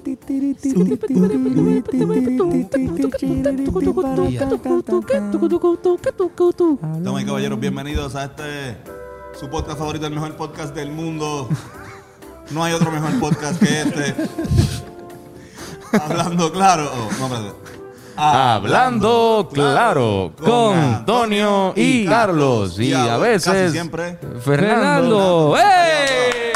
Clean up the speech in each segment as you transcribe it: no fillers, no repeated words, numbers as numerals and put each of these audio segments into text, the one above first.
Damas y caballeros, bienvenidos a su podcast favorito, el mejor podcast del mundo. No hay otro mejor podcast que este. Hablando claro. Hablando claro con Antonio y Carlos. Y a veces casi siempre Fernando. ¡Hey!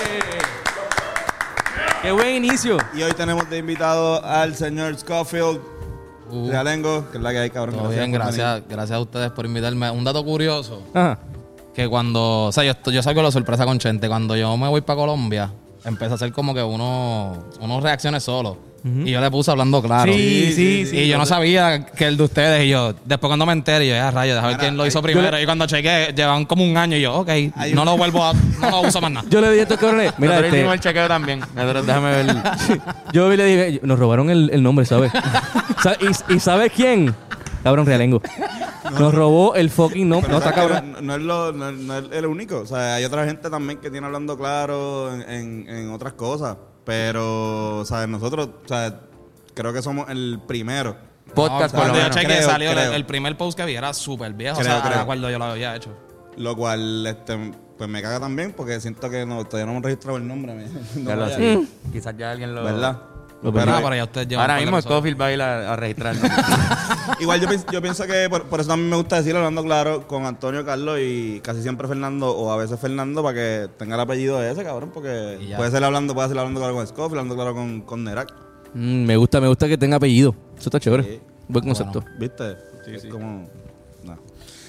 ¡Qué buen inicio! Y hoy tenemos de invitado al señor Scofield Realengo, que es la que hay, cabrón. Todo bien, gracias a ustedes por invitarme. Un dato curioso, Ajá. que cuando, o sea, yo salgo de la sorpresa con Chente. Cuando yo me voy para Colombia, empecé a hacer como que unos reacciones solo. Y yo le puse hablando claro. Sí. Y yo no sabía que el de ustedes. Y yo, después cuando me enteré, yo, rayo, déjame ver quién lo hizo primero. Y cuando chequeé, llevaban como un año. Y yo, ok, no lo uso más nada. Yo le dije a estos cabrones, mira, Nosotros hicimos el chequeo también. Déjame ver. yo le dije, nos robaron el nombre, ¿sabes? ¿Y sabes quién? Cabrón Realengo. Nos robó el fucking nombre. No, está cabrón. No es el único. O sea, hay otra gente también que tiene hablando claro en otras cosas. Pero, ¿sabes? Nosotros, o sea, creo que somos el primero. Podcast por lo Cuando yo menos. chequeé, salió creo. el primer post que vi, era súper viejo. Creo. Me acuerdo, yo lo había hecho. Lo cual, pues me caga también porque siento que todavía no hemos registrado el nombre. Ya lo sé. Quizás ya alguien lo... ¿Verdad? Pero ya ustedes llevan Ahora un par de mismo episodios. Scofield va a ir a registrar. Igual yo pienso que por eso también me gusta decirlo hablando claro con Antonio, Carlos y casi siempre Fernando o a veces Fernando para que tenga el apellido ese, cabrón, porque puede ser hablando claro con Scofield, hablando claro con Nerak. Me gusta que tenga apellido. Eso está chévere. Sí. Buen concepto. ¿Viste? Es como... No.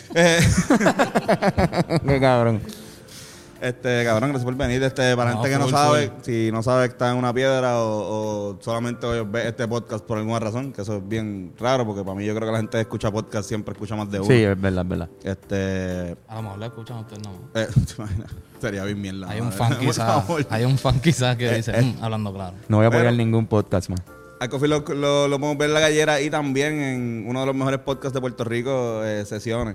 Qué cabrón. Cabrón, gracias por venir. Para gente que no sabe, si no sabe que está en una piedra o solamente ve este podcast por alguna razón, que eso es bien raro, porque para mí yo creo que la gente que escucha podcast siempre escucha más de uno. Sí, es verdad. A lo mejor lo escuchan ustedes, no. ¿Te imaginas? Sería bien mierda. Hay un fan quizás que dice, hablando claro. No voy a apoyar ningún podcast más. A Coffee lo podemos ver en La Gallera y también en uno de los mejores podcasts de Puerto Rico, Sesiones.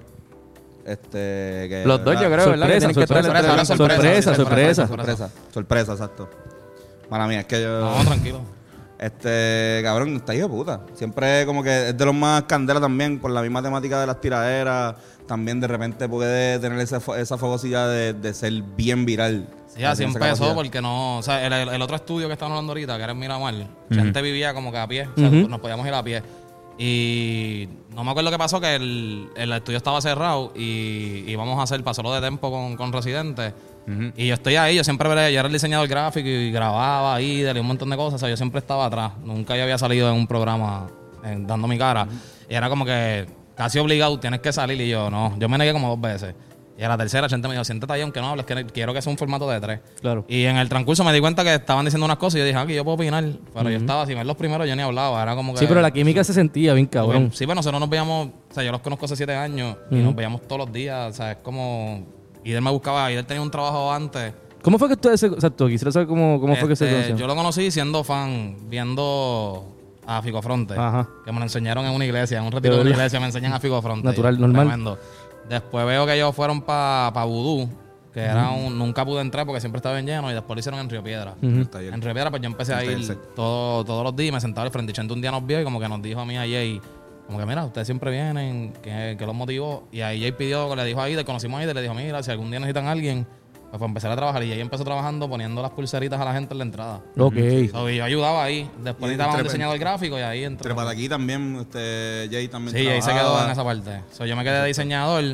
Que, Los dos, yo creo, ¿verdad? Que tienen que estar Sorpresa, exacto. Mala mía, es que yo... No, tranquilo. Cabrón, está hijo de puta. Siempre como que es de los más candela también, por la misma temática de las tiraderas. También de repente puede tener esa fogosidad de ser bien viral. Sí, así empezó porque no... O sea, el otro estudio que estaban hablando ahorita, que era en Miramar, gente vivía como que a pie. O sea, nos podíamos ir a pie. Y no me acuerdo qué pasó, que el estudio estaba cerrado y íbamos a hacer pasarlo de tiempo con residentes. Y yo estoy ahí, yo era el diseñador gráfico y grababa ahí, de un montón de cosas. O sea, yo siempre estaba atrás. Nunca yo había salido en un programa dando mi cara. Y era como que casi obligado, tienes que salir. Y yo, no, yo me negué como 2 veces. Y a la tercera, gente me dijo, siéntate ahí aunque no hables, que quiero que sea un formato de 3. Claro. Y en el transcurso me di cuenta que estaban diciendo unas cosas y yo dije, aquí yo puedo opinar. Pero yo estaba, si ven los primeros, yo ni hablaba. Era como que... Sí, pero la química se sentía bien cabrón. Sí, pero nosotros nos veíamos, o sea, yo los conozco hace 7 años y nos veíamos todos los días. O sea, es como... Y él me buscaba, y él tenía un trabajo antes. ¿Cómo fue que ustedes Exacto, quisiera saber cómo fue que se conocieron. Yo lo conocí siendo fan, viendo a Fico Fronte. Ajá. Que me lo enseñaron en una iglesia, en un retiro de una iglesia me enseñan a Fico Fronte. Natural, normal. Tremendo. Después veo que ellos fueron para Vudú, que era nunca pude entrar porque siempre estaba bien lleno, y después lo hicieron en Río Piedra. En Río Piedra pues yo empecé a ir todos los días y me sentaba al frente. Y Chente un día nos vio y como que nos dijo a mí, a Jay, como que mira, ustedes siempre vienen, que los motivó. Y ahí Jay pidió, le dijo a Aider, conocimos a Aider, le dijo, mira, si algún día necesitan a alguien, pues para empezar a trabajar. Y Jay empezó trabajando poniendo las pulseritas a la gente en la entrada. Ok. So, y yo ayudaba ahí. Después necesitaba un diseñador gráfico y ahí entró. Trepa de aquí también, Jay también Sí, Jay se trabajaba. quedó en esa parte. So, yo me quedé de diseñador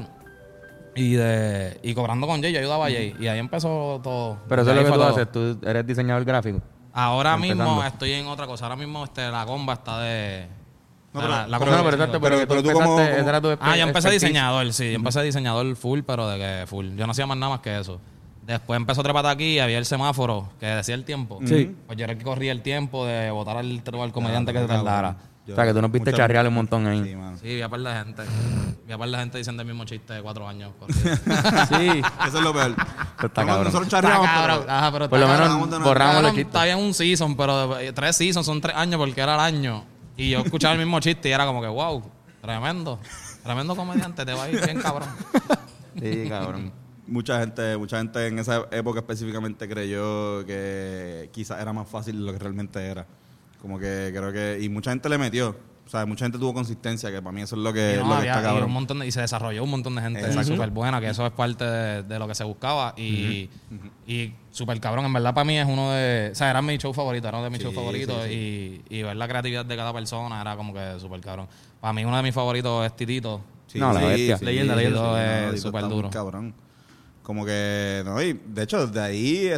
y cobrando con Jay, yo ayudaba a Jay. Y ahí empezó todo. Pero eso Y es lo ahí que fue tú todo. haces. Tú eres diseñador gráfico. Ahora mismo Empezando. estoy en otra cosa. Ahora mismo la comba está de... No, la pero- comba pero de- exacto, pero pero tú tú como- empezaste... esa era tu yo empecé expertise. diseñador, sí. Yo empecé diseñador full, pero de que full. Yo no hacía más nada más que eso. Después empezó otra pata aquí y había el semáforo que decía el tiempo. Sí. Pues yo era el que corría el tiempo de votar al comediante que se tardara. O sea, que tú nos viste charrear un montón ahí. Sí, mano. Sí, vi a par de gente. Vi a par de gente diciendo el mismo chiste de 4 años. corrido. Sí. Eso es lo peor. Está cabrón. Nosotros charreamos, Está cabrón. pero... Ajá, pero Por lo está menos cabrón. borramos los Cabrón, chistes. Está bien un season, pero 3 seasons son 3 años porque era el año. Y yo escuchaba el mismo chiste y era como que, wow, tremendo. Tremendo comediante, te va a ir bien cabrón. Sí, cabrón. Mucha gente en esa época específicamente creyó que quizás era más fácil de lo que realmente era. Como que creo que... Y mucha gente le metió. O sea, mucha gente tuvo consistencia, que para mí eso es lo que, Y no, lo que había- está cabrón. y se desarrolló un montón de gente súper buena, que eso es parte de lo que se buscaba. Y súper cabrón, en verdad para mí es uno de... O sea, era mi show favorito, era uno de mis shows favoritos. Y ver la creatividad de cada persona era como que súper cabrón. Para mí uno de mis favoritos es Titito. Sí, No, la bestia. Leyenda. Titito Tito es súper está muy duro. cabrón. Como que... No, y de hecho, desde ahí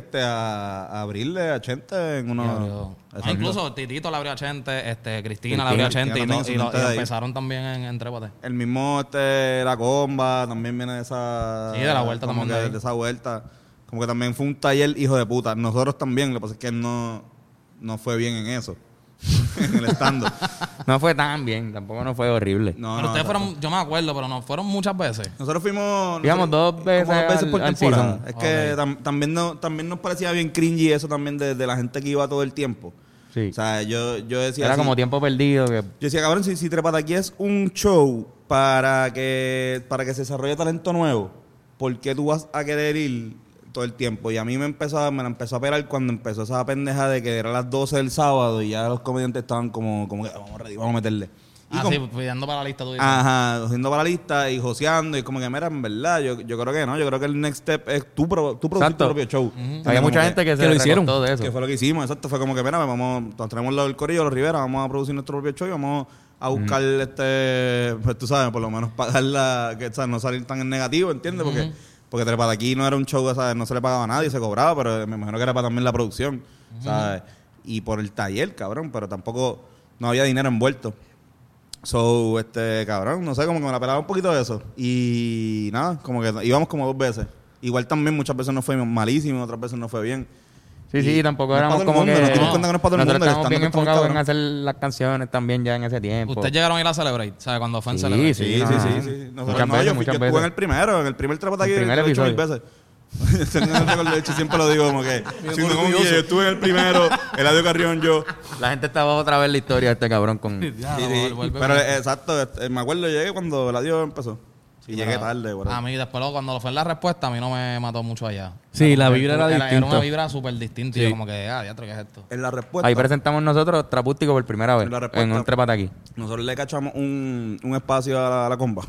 a abrirle a Chente en uno... Ah, incluso Titito le abrió a Chente, Cristina le abrió a Chente y, también y su mente de ahí. empezaron también en Trépate. El mismo La Comba también viene de esa... Sí, de la vuelta como también que de ahí. de esa vuelta. Como que también fue un taller hijo de puta. Nosotros también, lo que pasa es que él no fue bien en eso. En el stand-up. No fue tan bien, tampoco no fue horrible. No, Pero no, ustedes exacto. fueron, yo me acuerdo, pero no fueron muchas veces. Nosotros fuimos... Íbamos nosotros- 2 veces como 2 veces por al temporada. season. Es que también nos parecía bien cringy eso también de la gente que iba todo el tiempo. Sí. O sea, yo decía Era así, como tiempo perdido. Que... yo decía, cabrón, si Trépate Aquí es un show para que se desarrolle talento nuevo, ¿por qué tú vas a querer ir todo el tiempo? Y a mí me la empezó a pegar cuando empezó esa pendeja de que era las 12 del sábado y ya los comediantes estaban como que vamos a meterle. Y Ah, como- sí, pidiendo para la lista tú dices. Ajá, haciendo para la lista y joseando y como que, mira, en verdad, yo creo que no. Yo creo que el next step es tú producir tu Exacto. propio show. Había Como mucha gente que se lo hicieron. recortó de eso. que fue lo que hicimos, exacto. Fue como que, mira, nos traemos el corillo, los Rivera, vamos a producir nuestro propio show y vamos a buscar pues tú sabes, por lo menos pagar que no salir tan en negativo, ¿entiendes? Porque Trépate Aquí no era un show, ¿sabes? No se le pagaba a nadie, se cobraba, pero me imagino que era para también la producción, ¿sabes? Y por el taller, cabrón, pero tampoco no había dinero envuelto. So, cabrón, no sé, como que me la pelaba un poquito de eso. Y nada, como que íbamos como 2 veces. Igual también muchas veces nos fue malísimo, otras veces nos fue bien. Sí, sí, tampoco no es éramos para todo como el mundo, que... nos dimos cuenta que no es para todo el Nosotros mundo, el estábamos bien stand-up está muy enfocados en cabrón. hacer las canciones también ya en ese tiempo. Ustedes llegaron a ir a Celebrate, ¿sabes? Cuando fue en Sí, Celebrate. sí. Sí, Ajá. sí, sí, sí. Muchas veces, yo muchas estuve veces. en el primer Trépate Aquí, El primer lo he hecho 1000 episodio. veces. De hecho, siempre lo digo como que... si no, como que yo estuve en el primero, Eladio Carrión, yo... La gente estaba otra vez en la historia de este cabrón con... Ya, Sí, no, sí. vuelve. Pero exacto, me acuerdo, llegué cuando Eladio empezó. Y llegué tarde, bro. A mí, después cuando lo fue en la respuesta, a mí no me mató mucho allá. Sí, la Como que vibra era Era distinta. una vibra súper distinta. Y yo como que, diatro, ¿qué es esto? En la respuesta... Ahí presentamos nosotros Trapústico por primera vez. La respuesta. En un Trépate Aquí. Nosotros le cachamos un espacio a la comba.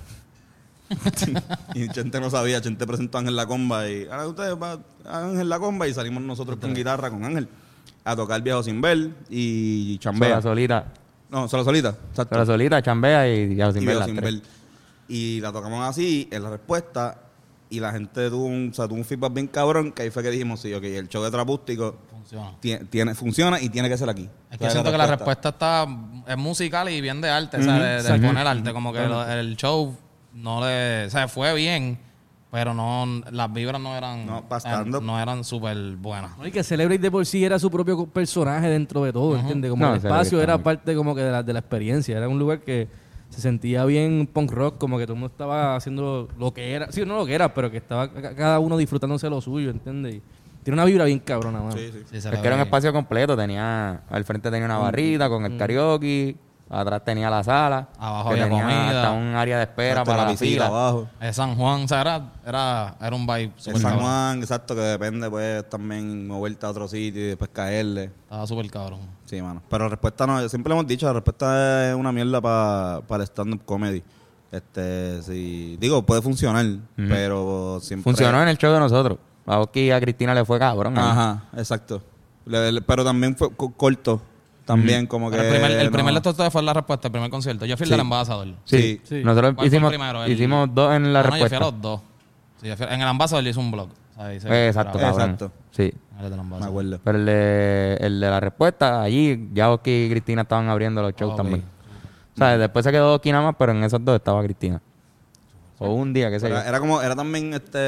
Y Chente no sabía, Chente presentó a Ángel La Comba y ahora ustedes van a Ángel La Comba y salimos nosotros con guitarra con Ángel a tocar Viejo Sin Ver y Chambea. Sola solita. No, solo solita, exacto. Sola solita, chambea y ya sin Y ver Viejo las Sin tres. Ver. Y la tocamos así en la respuesta y la gente tuvo un feedback bien cabrón que ahí fue que dijimos, sí, ok, el show de Trapústico Funciona. funciona y tiene que ser aquí. Es que siento que la respuesta es musical y bien de arte, o sea, de poner arte. Como que el show no le... O sea, fue bien, pero no las vibras no eran... No, pa' stand-up. no eran súper buenas. No, y que Celebrate de por sí era su propio personaje dentro de todo, ¿entiendes? Como No, el espacio Celebrate era también. parte como que de la experiencia. Era un lugar que se sentía bien punk rock, como que todo el mundo estaba haciendo lo que era. Sí, no lo que era, pero que estaba cada uno disfrutándose lo suyo, ¿entiendes? Y tiene una vibra bien cabrona, mano. Sí, sí. Sí, se Es le que era un ve. espacio completo. Al frente tenía una barrita con el karaoke. Atrás tenía la sala. Abajo que había tenía comida. hasta un área de espera Exacto, para la piscina fila. abajo. San Juan, o sea, era un vibe En súper San cabrón. Juan, exacto, que depende, pues, también moverte a otro sitio y después caerle. Estaba súper cabrón. Sí, mano. Pero la respuesta no, siempre lo hemos dicho, la respuesta es una mierda para el stand-up comedy. Sí, digo, puede funcionar, pero siempre... Funcionó en el show de nosotros. A Oski y a Cristina le fue cabrón. ahí. Ajá, exacto. Pero también fue corto. También como que... Pero el no. primer de estos fue la respuesta, el primer concierto. Yo fui el Sí. del Embajador. Sí. Sí. Nosotros ¿Cuál fue el hicimos, primero? hicimos 2 en la No, yo fui a respuesta. los dos. Sí, en el Embajador yo hice un blog. O sea, hice- Exacto, grabé. cabrón. Exacto. Sí. El del Me Embajador. acuerdo. Pero el de la respuesta, allí ya Oski y Cristina estaban abriendo los shows Ok. también. O sea, después se quedó Oski nada más, pero en esos 2 estaba Cristina. O un día, qué sé yo. Era también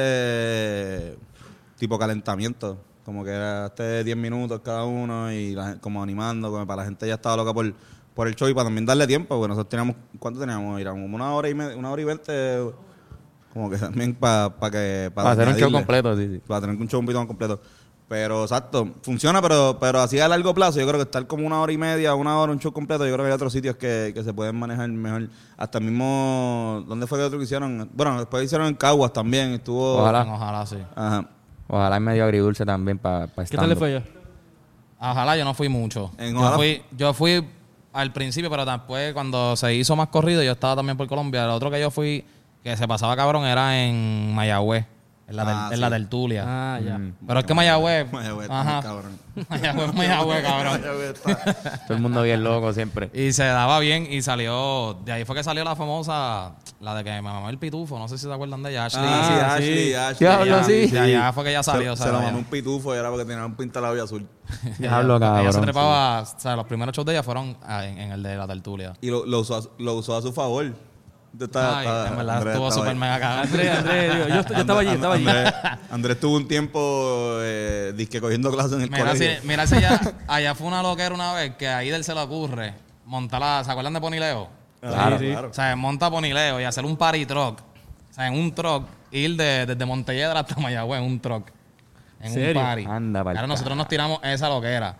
tipo calentamiento. Como que era 10 minutos cada uno y como animando, como para la gente ya estaba loca por el show y para también darle tiempo, porque nosotros teníamos, ¿cuánto teníamos? Era como 1 hora y media, 1 hora y 20, como que también para que... Para hacer un show añadirle, completo, sí, sí. Para tener un show un poquito más completo. Pero exacto, funciona, pero así a largo plazo, yo creo que estar como 1 hora y media, 1 hora, un show completo, yo creo que hay otros sitios que se pueden manejar mejor. Hasta el mismo, ¿dónde fue que otro que hicieron? Bueno, después hicieron en Caguas también, estuvo... Ojalá. Ojalá sí. Ajá. Ojalá es medio agridulce también para ¿Qué tal le fue allá? Ojalá yo no fui mucho. ¿En Yo fui al principio, pero después cuando se hizo más corrido, yo estaba también por Colombia. El otro que yo fui, que se pasaba cabrón, era en Mayagüez. En la tertulia. Ah, ya. Pero es que Mayagüez... Mayagüez, Ajá. cabrón. Mayagüez, cabrón. Todo el mundo bien loco siempre. Y se daba bien y salió... De ahí fue que salió la famosa... La de que me mamó el pitufo. No sé si se acuerdan de ella. Ashley. Ashley. Diablo, sí. De allá fue que ella salió. Se lo mamó un pitufo y era porque tenía un pintalabio azul. Diablo, Ella se cabrón. trepaba... O sea, los primeros shows de ella fueron en el de la tertulia. Y lo usó a su favor. En verdad estuvo súper mega cagado. Andrés, yo estaba allí. Andrés tuvo un tiempo disque cogiendo clases en el colegio. Mira si allá fue una loquera una vez que a Idel se le ocurre montar ¿se acuerdan de Ponileo? Claro. Claro. O sea, monta Ponileo y hacer un party truck. O sea, en un truck, ir desde Montelledra hasta Mayagüez en un truck. En ¿Serio? un party. Anda, pa'l Ahora nosotros nos tiramos esa loquera.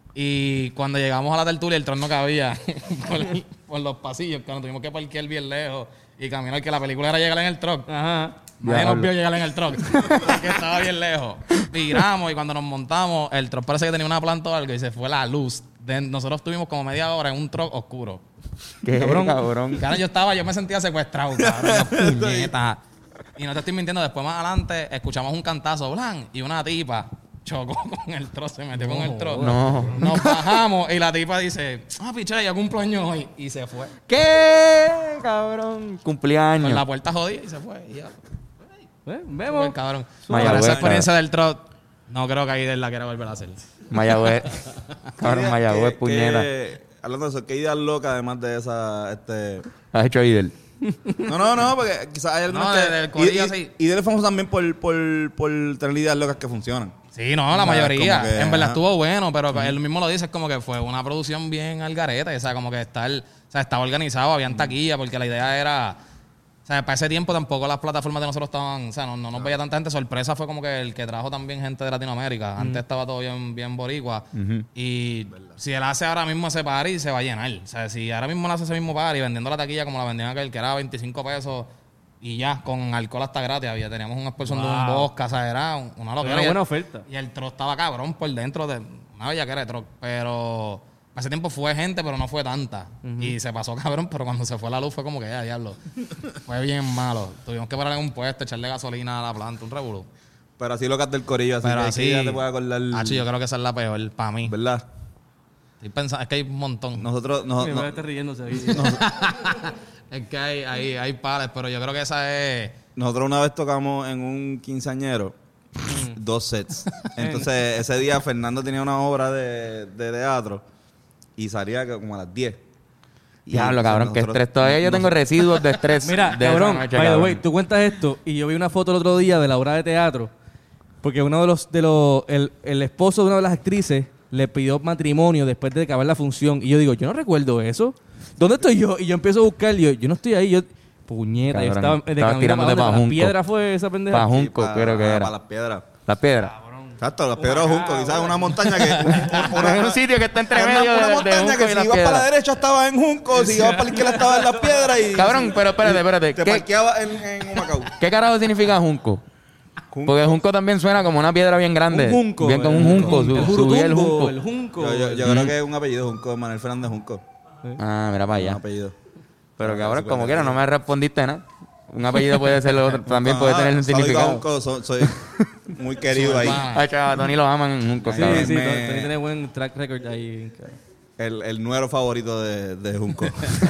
Y cuando llegamos a la tertulia, el truck no cabía por los pasillos, que nos tuvimos que parquear bien lejos y caminar, que la película era llegar en el truck. Ajá. Nadie nos vio llegar en el truck, porque estaba bien lejos. Viramos y cuando nos montamos, el truck parece que tenía una planta o algo y se fue la luz. Nosotros estuvimos como media hora en un truck oscuro. Qué cabrón. Claro, yo me sentía secuestrado, cabrón. Puñeta. Y no te estoy mintiendo, después más adelante escuchamos un cantazo, blan, y una tipa chocó con el truck, se metió con el truck. No. Nos bajamos y la tipa dice, pichera, ya cumpleaños hoy. Y se fue. ¿Qué? Cabrón. Cumpleaños. Con la puerta jodida y se fue. Y ya. Vemos. Súper cabrón. Mayagüez, Pero esa experiencia del truck, no creo que Aidel la quiera volver a hacer. Mayagüez. Cabrón, Mayagüez, puñeta. Hablando de eso, ¿qué ideas locas además de esa? ¿Has hecho Idel? No, porque quizás hay algunas No, del corillo, sí. Y él es famoso también por tener ideas locas que funcionan. Sí, no, la mayoría. como que, en verdad ajá. estuvo bueno, pero él mismo lo dice, es como que fue una producción bien al garete. O sea, como que estaba organizado, habían taquilla, porque la idea era... O sea, para ese tiempo tampoco las plataformas de nosotros estaban... O sea, no nos veía tanta gente. Sorpresa fue como que el que trajo también gente de Latinoamérica. Antes estaba todo bien boricua. Y si él hace ahora mismo ese party, se va a llenar. O sea, si ahora mismo él hace ese mismo party vendiendo la taquilla como la vendían aquel, que era 25 pesos... Y ya, con alcohol hasta gratis. Teníamos una expresión de un vodka, o sea, era una locura. Una buena oferta. Y el troc estaba cabrón por dentro de una bellaquera de troc. Pero hace tiempo fue gente, pero no fue tanta. Y se pasó cabrón, pero cuando se fue la luz fue como que, diablo. Fue bien malo. Tuvimos que parar en un puesto, echarle gasolina a la planta, un revolú. Pero así locas del corillo, así Pero que así, ya te puedes acordar. Yo creo que esa es la peor para mí. ¿Verdad? Estoy pensando, es que hay un montón. Nosotros... Me voy a estar riéndose ahí. Es que hay pares, pero yo creo que esa es... Nosotros una vez tocamos en un quinceañero 2 sets. Entonces, ese día Fernando tenía una obra de teatro y salía como a las 10. Y Diablo, entonces cabrón, qué nosotros- estrés. Todavía yo tengo residuos de estrés. Mira, de esa cabrón, noche, by the cabrón. way, tú cuentas esto y yo vi una foto el otro día de la obra de teatro porque uno el esposo de una de las actrices le pidió matrimonio después de acabar la función y yo digo, yo no recuerdo eso. ¿Dónde estoy yo? Y yo empiezo a buscar y yo no estoy ahí. Puñeta, yo Cabrón, estaba de estabas camino tirándote para pa' la Junco. piedra fue esa pendeja. Pa' Junco, para- creo que era. Para las piedras. La piedra. Exacto, las piedras de Junco. Quizás una montaña que... Es un sitio que está entre medio una de montaña Junco que y si las ibas para la piedras. derecha estaba en Junco, si ibas para la izquierda estaba en las piedras y... Cabrón, pero espérate. Te parqueabas en Humacao. ¿Qué carajo significa Junco? Porque Junco también suena como una piedra bien grande. Un junco. Bien como un junco. El Subí el junco. El junco. Yo creo que es un apellido Junco, Manuel Fernández Junco. Ah, mira para Un allá. apellido. Pero cabrón, como quiera, no me respondiste nada. Un apellido puede ser lo otro, también puede tener un Saludito a significado. Junco, soy muy querido ahí. Ay, chaval, Tony lo aman en Junco, Sí, cabrón. sí, Me- Tony tiene buen track record ahí. El nuero favorito de Junco.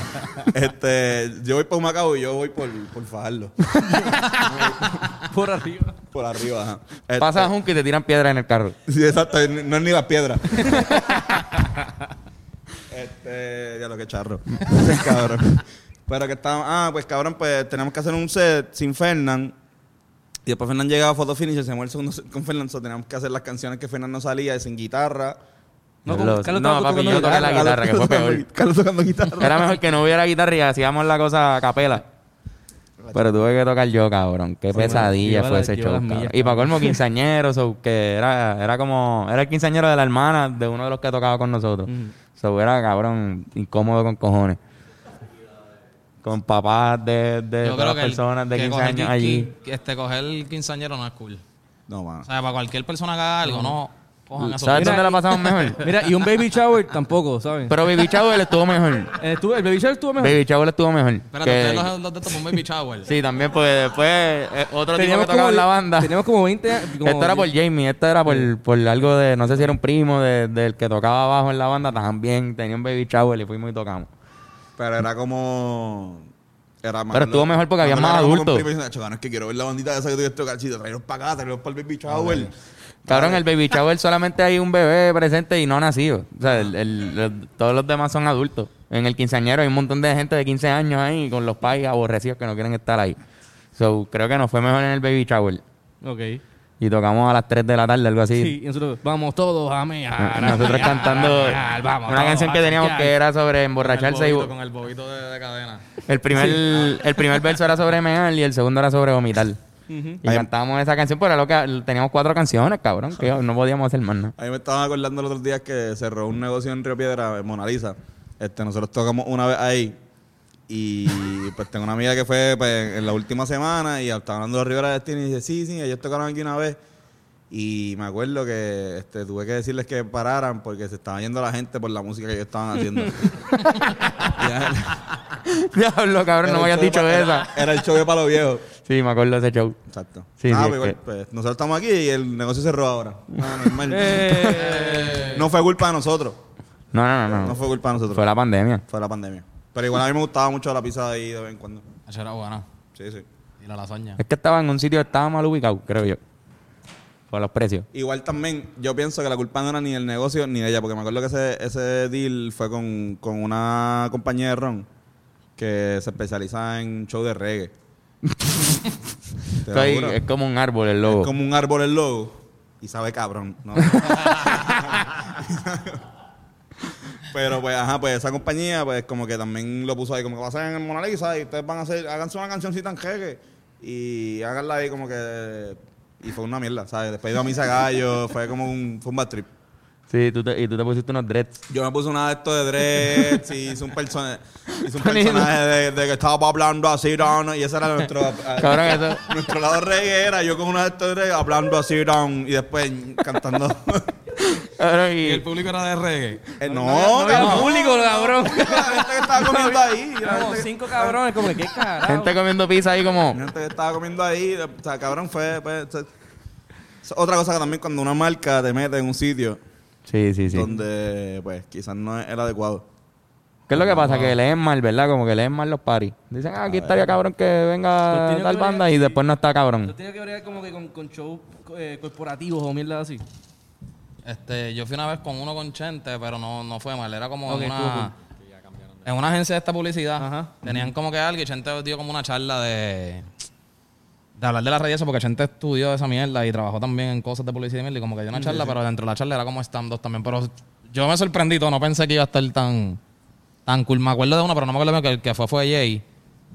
Yo voy por Humacao y yo voy por Fajardo. Por arriba. Por arriba, ajá. Pasa a Junco y te tiran piedra en el carro. Sí, exacto. No es ni las piedras. Ya lo que charro. Cabrón. Pero que estábamos... pues cabrón, pues tenemos que hacer un set sin Fernán. Y después Fernán llegaba a Photo Finish y hacemos el segundo set con Fernán. So, teníamos que hacer las canciones que Fernán no salía sin guitarra. No, Carlos estaba papi, tocando yo toqué la guitarra, que fue peor. Carlos tocando guitarra. Era mejor que no hubiera guitarra y hacíamos la cosa a capela. Pero tuve que tocar yo, cabrón. Qué pesadilla iba fue las- ese iba show, las cabrón. millas, Y para cabrón. colmo, quinceañero, so, que era como... Era el quinceañero de la hermana de uno de los que tocaba con nosotros. So, era, cabrón, incómodo con cojones. Con papás de Yo todas creo las que personas de que 15 coger años qui- allí. coger el quinceañero no es cool. No, mano. O sea, para cualquier persona que haga algo, no. cojan eso. ¿Sabes dónde la pasamos mejor? Mira, y un baby shower tampoco, ¿sabes? Pero Baby Shower estuvo mejor. El baby shower estuvo mejor. Baby Shower estuvo mejor. Espérate, ustedes los de tomar un baby shower. Sí, también, porque después otro tipo que tocaba como, en la banda. Teníamos como 20 años. Esto era por Jamie, esto era por algo de, no sé si era un primo del que tocaba abajo en la banda, también tenía un Baby Shower y fuimos y tocamos. Pero era como... Pero estuvo mejor porque había más adultos. Es que quiero ver la bandita esa que tú quieres tocar, chito, traerlos para acá, traerlos para el baby shower. Cabrón, el Baby Shower solamente hay un bebé presente y no nacido. O sea, todos los demás son adultos. En el quinceañero hay un montón de gente de 15 años ahí con los pais aborrecidos que no quieren estar ahí. So, creo que nos fue mejor en el Baby Shower. Ok. Y tocamos a las 3 de la tarde, algo así. Sí, y nosotros, vamos todos a mear. Nosotros cantando una canción que teníamos que era sobre emborracharse. Con el bobito de cadena. El primer verso era sobre mear y el segundo era sobre vomitar. Y cantábamos esa canción, pero era lo que teníamos 4 canciones, cabrón, que no podíamos hacer más nada. A mí me estaban acordando los otros días que cerró un negocio en Río Piedra, en Mona Lisa. Nosotros tocamos una vez ahí y pues tengo una amiga que fue pues, en la última semana y estaba hablando de Rivera Destino y dice, sí, ellos tocaron aquí una vez. Y me acuerdo que tuve que decirles que pararan porque se estaba yendo la gente por la música que ellos estaban haciendo. Diablo, cabrón, no me habías dicho esa. Era el show de Palo Viejo. Sí, me acuerdo de ese show. Exacto. Sí, pues, nosotros estamos aquí y el negocio cerró ahora. Normal. No fue culpa de nosotros. No. No fue culpa de nosotros. Fue la pandemia. Fue la pandemia. Pero igual a mí me gustaba mucho la pizza de ahí de vez en cuando. Esa era buena. Sí. Y la lasaña. Es que estaba en un sitio que estaba mal ubicado, creo yo. Por los precios. Igual también, yo pienso que la culpa no era ni del negocio ni de ella, porque me acuerdo que ese deal fue con una compañía de ron que se especializa en show de reggae. Es como un árbol el logo. Es como un árbol el logo y sabe cabrón, ¿no? Pero pues, pues esa compañía pues como que también lo puso ahí, como que va a ser en el Mona Lisa y ustedes van a hacer, háganse una cancioncita en reggae y háganla ahí como que... Y fue una mierda, ¿sabes? Después iba a misa gallo, fue un bad trip. Sí, tú te pusiste unos dreads. Yo me puse una de estos de dreads y hice un personaje de que estaba hablando así, down, y ese era nuestro... Cabrón, eso. Nuestro lado reggae era yo con una de estos de dreads hablando así, down, y después cantando... Cabrón, ¿Y el público era de reggae? No, el público, cabrón. La gente que estaba comiendo ahí. Éramos 5 cabrones, como que qué carajo. gente comiendo pizza ahí como... La gente que estaba comiendo ahí, o sea, cabrón, fue... otra cosa que también cuando una marca te mete en un sitio... Sí. Donde, pues, quizás no es el adecuado. ¿Qué es lo que pasa? Que leen mal, ¿verdad? Como que leen mal los paris. Dicen, aquí estaría cabrón que venga tal banda y después no está cabrón. ¿Tú tienes que ver como que con shows corporativos o mierda así? Yo fui una vez con uno con Chente, pero no fue mal. Era como en una agencia de esta publicidad. Ajá. Tenían como que algo y Chente dio como una charla de hablar de la red y eso, porque Chente estudió esa mierda y trabajó también en cosas de publicidad y mierda. Y como que dio una charla, pero dentro de la charla era como stand-up también. Pero yo me sorprendí todo. No pensé que iba a estar tan cool. Me acuerdo de uno, pero no me acuerdo que el que fue Jay.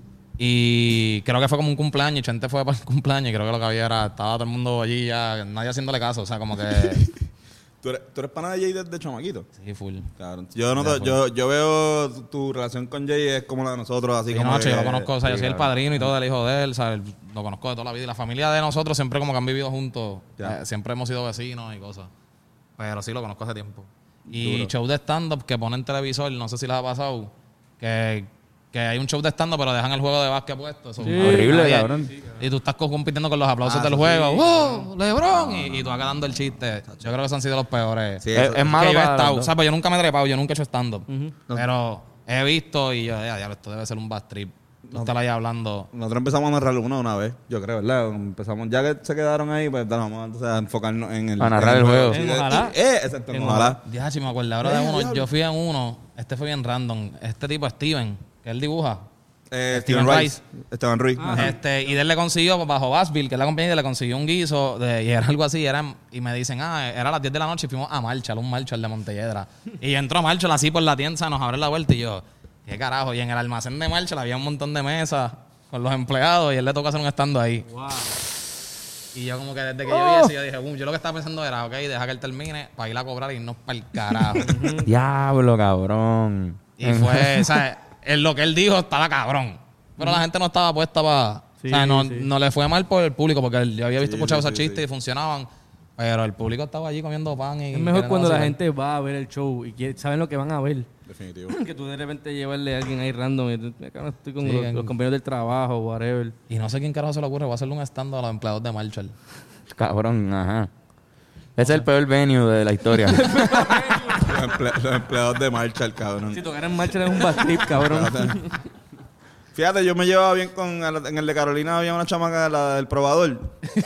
Y creo que fue como un cumpleaños y Chente fue para el cumpleaños y creo que lo que había era... Estaba todo el mundo allí ya, nadie haciéndole caso. O sea, como que... ¿Tú eres pana de Jay desde chamaquito? Sí, full. Claro. Yo veo tu relación con Jay es como la de nosotros, así como... No, yo lo conozco, o sea, yo soy el padrino y todo del hijo de él, o sea, lo conozco de toda la vida. Y la familia de nosotros siempre como que han vivido juntos. Siempre hemos sido vecinos y cosas. Pero sí, lo conozco hace tiempo. Y show de stand-up que ponen televisor, no sé si les ha pasado, que hay un show de stand-up pero dejan el juego de básquet puesto. Eso, horrible, cabrón. Y tú estás compitiendo con los aplausos del juego. ¡Oh, LeBron! Y tú acá dando el chiste. Yo creo que esos han sido los peores. Sí, es malo que yo he estado. para... O sea, pues yo nunca me he trepado, yo nunca he hecho stand-up. Pero he visto y yo, esto debe ser un bad trip. Tú estás ahí hablando. Nosotros empezamos a narrar una vez, yo creo, ¿verdad? Empezamos, ya que se quedaron ahí, pues vamos entonces a enfocarnos en el... A narrar el juego. En Ojalá. Exacto, en Ojalá. Ya, si me acuerdo ahora de uno. Yo fui en uno. Este fue bien random. Este tipo, Steven, que él dibuja. Steven Rice. Esteban Ruiz. Y él le consiguió, bajo Bassville, que es la compañía, le consiguió un guiso y era algo así. Y me dicen, era a las 10 de la noche y fuimos a Marshall, un Marshall de Montelledra. Y entró Marshall así por la tienda, nos abre la vuelta y yo, ¿qué carajo? Y en el almacén de Marshall había un montón de mesas con los empleados y él le tocó hacer un estando ahí. Wow. Y yo como que desde que yo vi eso, yo dije, yo lo que estaba pensando era, ok, deja que él termine para ir a cobrar y irnos para el carajo. Diablo, cabrón. Y fue, ¿sabes? Lo que él dijo estaba cabrón. Pero la gente no estaba puesta para... o sea, no le fue mal por el público porque yo había visto escuchar esos chistes y funcionaban. Pero el público estaba allí comiendo pan y... Es mejor cuando la gente va a ver el show y saben lo que van a ver. Definitivo. Que tú de repente llevarle a alguien ahí random y tú, "Acá estoy con los compañeros del trabajo, whatever". Y no sé quién carajo se le ocurre, voy a hacerle un stand a los empleados de Marshall. Cabrón, ajá. Ese es el peor venue de la historia. Los empleados de Marshall, cabrón. Si tocar en marcha es un bad trip, cabrón. Fíjate, yo me llevaba bien en el de Carolina había una chamaca, la del probador, que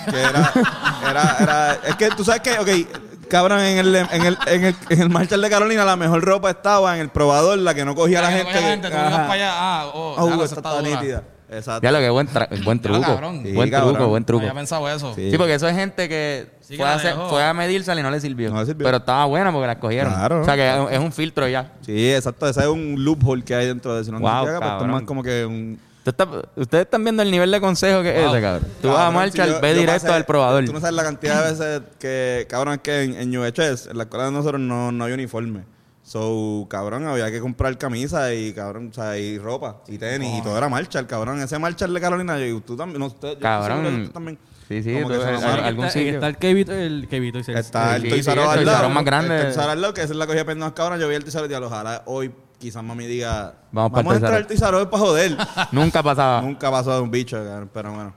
es que tú sabes que, ok, cabrón, en el Marshall de Carolina la mejor ropa estaba en el probador, la que no cogía a la gente. Tú ibas para allá, esa está nítida. Exacto. Ya lo que buen truco. Cabrón. Sí, Buen cabrón. truco, buen truco. No había pensado eso. Sí. Sí, porque eso es gente que Sí, que la dejó. fue a medírsela y no le sirvió. No le sirvió. Pero estaba buena porque la cogieron. Claro. O sea que es un filtro ya. Sí, exacto. Ese es un loophole que hay dentro de si no Wow, pues esto es cabrón. más como que un... Ustedes están viendo el nivel de consejo que es ese, cabrón. Tú vas a Cabrón, Marshall, si yo ve directo pasé- al probador. Tú no sabes la cantidad de veces que, cabrón, es que en UHS, en la escuela de nosotros no hay uniforme. So, cabrón, había que comprar camisa y, cabrón, o sea, y ropa y tenis y todo era Marshall, cabrón. Ese Marshall de Carolina, y tú también, no, usted, yo estoy Cabrón. seguro que tú también. Sí, sí, Como que tú- se llama- algún sitio. Está el Kevito y Está el Sí, Toys sí, R Us el al Toys lado. R Us más grande. El Toys R Us al lado, que esa es la cogida pendejas, cabrón. Yo vi el Toys R Us y dije, ojalá hoy quizás mami diga, Vamos para a el entrar al Toys Toys R Us para joder. Nunca pasaba. Nunca pasó de un bicho, cabrón, pero bueno.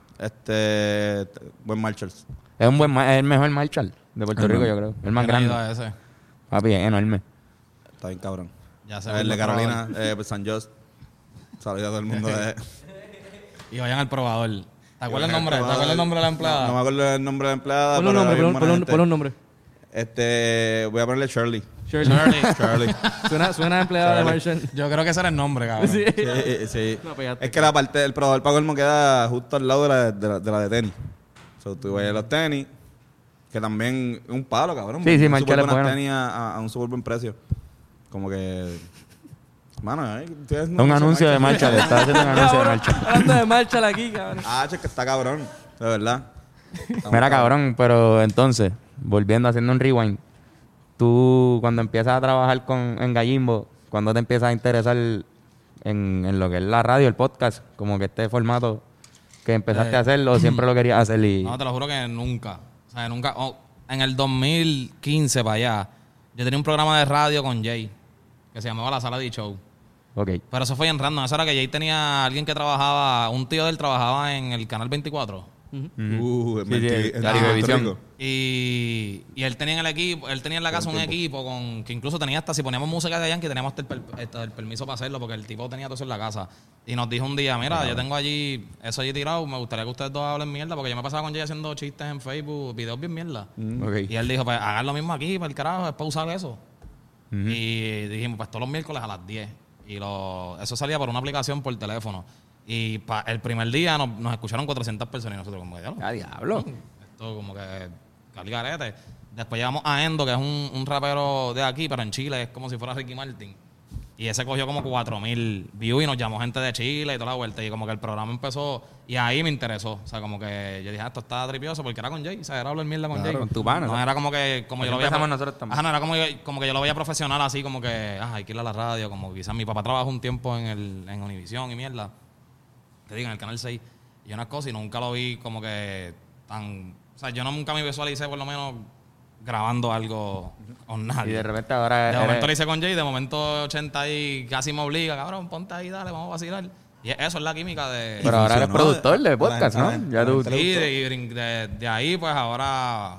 Buen Marshall. Es el mejor Marshall de Puerto Rico, yo creo. El más Yo no he grande. ido a ese. Papi, es enorme. Está bien, cabrón. Ya sé. El de Carolina, pues San Just. Saludos a todo el mundo de... Y vayan al probador. ¿Te acuerdas el nombre? ¿Te probador. acuerdas el nombre de la empleada? No me acuerdo el nombre de la empleada. Pon los pero nombres, había buena gente. pon los nombres. Voy a ponerle Shirley. Shirley. Shirley. Suena empleada de Marshall. Yo creo que ese era el nombre, cabrón. Sí. Sí. No, pues ya te- Es que la parte del probador para colmo queda justo al lado de la de tenis. So, tú vas a los tenis, que también es un palo, cabrón. Sí, sí, Un Marshall súper es buenas bueno. tenis a un súper buen precio. Como que... Mano, ustedes Un anuncio de Marshall. Estaba haciendo un anuncio de Cabrón, Marshall. hablando de Marshall aquí, cabrón. Es que está cabrón, de verdad. Mira, cabrón, pero entonces, volviendo, haciendo un rewind. Tú, cuando empiezas a trabajar en Gallimbo, ¿cuándo te empiezas a interesar en lo que es la radio, el podcast? Como que este formato que empezaste a hacerlo, o siempre lo querías hacer y... No, te lo juro que nunca. O sea, nunca. En el 2015 para allá, yo tenía un programa de radio con Jay, que se llamaba La Sala de Show. Ok. Pero eso fue en random. Eso era que Jay tenía alguien que trabajaba, un tío de él trabajaba en el Canal 24. Sí, en Caribevisión. Puerto Rico. Y él tenía en el equipo, él tenía en la casa un equipo que incluso tenía hasta, si poníamos música de Yankee, teníamos hasta el permiso para hacerlo, porque el tipo tenía todo eso en la casa. Y nos dijo un día, mira, yo tengo allí, eso allí tirado, me gustaría que ustedes dos hablen mierda, porque yo me pasaba con Jay haciendo chistes en Facebook, videos bien mierda. Ok. Y él dijo, pues hagan lo mismo aquí, para el carajo, es para usar eso. Y dijimos, pues todos los miércoles a las 10. Y eso salía por una aplicación por teléfono. Y el primer día nos escucharon 400 personas y nosotros como que, ¡Ah, diablo! esto como que caligarete. Después llegamos a Endo, que es un rapero de aquí, pero en Chile es como si fuera Ricky Martin. Y ese cogió como 4,000 views y nos llamó gente de Chile y toda la vuelta. Y como que el programa empezó y ahí me interesó. O sea, como que yo dije, esto está tripioso porque era con Jay. O sea, era hablar mierda con Jay. con tu pana, No ¿no? era como que como Pues yo lo veía. empezamos nosotros también. Ajá, no era como que yo lo veía profesional así, como que hay que ir a la radio. Como quizás mi papá trabajó un tiempo en Univisión y mierda. Te digo, en el Canal 6. Y unas cosas y nunca lo vi como que tan... O sea, yo nunca me visualicé por lo menos grabando algo con nadie. Y de repente ahora... De momento lo hice con Jay, de momento 80 y casi me obliga, cabrón, ponte ahí, dale, vamos a vacilar. Y eso es la química de... Pero ahora eres funcionó. productor de La podcast, gente- ¿no? Ya tú... la Sí, gente- de ahí pues ahora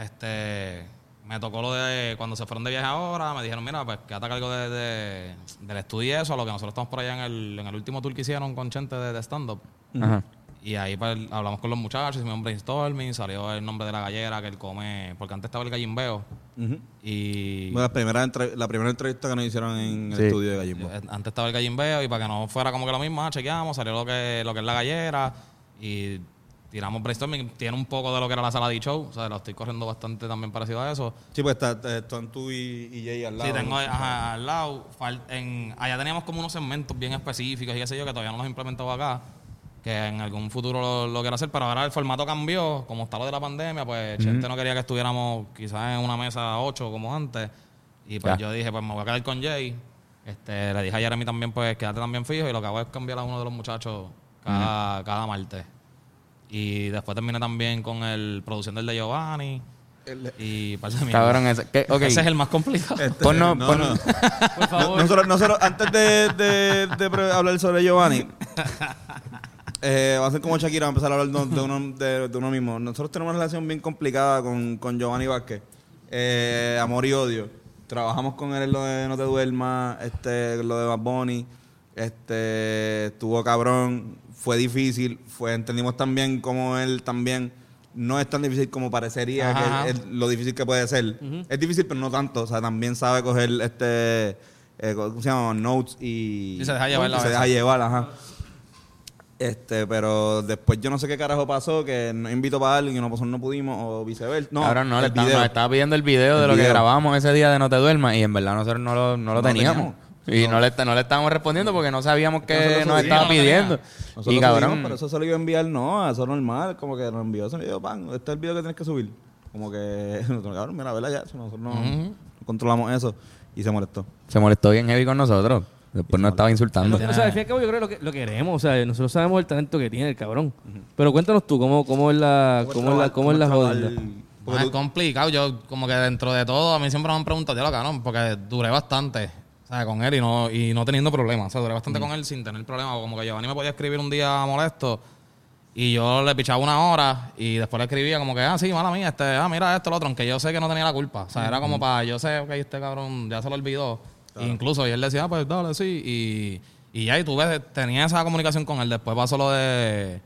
me tocó lo de cuando se fueron de viaje ahora, me dijeron, mira, pues quédate a cargo del estudio y eso, a lo que nosotros estamos por allá en el último tour que hicieron con Chente de stand-up. Ajá. Y ahí pues hablamos con los muchachos, hicimos un brainstorming, salió el nombre de la gallera que él come, porque antes estaba el gallimbeo. Ujú. Y Bueno, la primera entrevista que nos hicieron en Sí. el estudio de Gallimbo. antes estaba el gallimbeo y para que no fuera como que lo mismo, chequeamos, salió lo que es la gallera y tiramos brainstorming. Tiene un poco de lo que era la sala de show, o sea, lo estoy corriendo bastante también parecido a eso. Sí, pues están tú y Jay al lado. Sí, tengo ¿no? al lado. Allá teníamos como unos segmentos bien específicos y qué sé yo, que todavía no los he implementado acá. Que en algún futuro lo quiero hacer, pero ahora el formato cambió. Como está lo de la pandemia, pues Chente no quería que estuviéramos quizás en una mesa 8 como antes. Y pues Ya. yo dije, pues me voy a quedar con Jay. Le dije a Jeremy también, pues quédate también fijo. Y lo que hago es cambiar a uno de los muchachos cada martes. Y después terminé también con el producción del de Giovanni. Y parece mierda. Cabrón, ese es el más complicado. Ponnos, Por favor. Nosotros antes de hablar sobre Giovanni, va a ser como Shakira, va a empezar a hablar de uno mismo. Nosotros tenemos una relación bien complicada con Giovanni Vázquez. Amor y odio. Trabajamos con él en lo de No Te Duermas, lo de Bad Bunny. Estuvo cabrón, fue difícil, entendimos también como él también no es tan difícil como parecería. Ajá. Que es lo difícil que puede ser. Uh-huh. Es difícil, pero no tanto. O sea, también sabe coger ¿cómo se llama? Notes y se deja llevar se deja llevar, ajá. Pero después yo no sé qué carajo pasó, que nos invitó para algo y nosotros no pudimos, o viceversa. No, ahora nos estaba pidiendo el video de lo que grabamos ese día de No Te Duermas y en verdad nosotros no lo teníamos. Y no le estábamos respondiendo porque no sabíamos qué nos estaba pidiendo. Y cabrón. Pero eso se lo iba a enviar, no, eso es normal. Como que nos envió ese video, pan. Este es el video que tienes que subir. Como que, cabrón, mira, vela ya. Nosotros no controlamos eso. Y se molestó. Se molestó bien heavy con nosotros. Después nos estaba insultando. O sea, al fin y al cabo yo creo que lo queremos. O sea, nosotros sabemos el talento que tiene el cabrón. Pero cuéntanos tú, ¿cómo es la jodida? Es complicado. Yo, como que dentro de todo, a mí siempre me han preguntado, cabrón, porque duré bastante. O sea, con él y no teniendo problemas. O sea, duré bastante con él sin tener problemas. Como que Giovanni me podía escribir un día molesto y yo le pichaba 1 hora y después le escribía como que, sí, mala mía, mira esto, lo otro. Aunque yo sé que no tenía la culpa. O sea, era como yo sé, ok, este cabrón ya se lo olvidó. Claro. Incluso y él decía, pues dale, sí. Y ya, y tú ves, tenía esa comunicación con él. Después pasó lo de...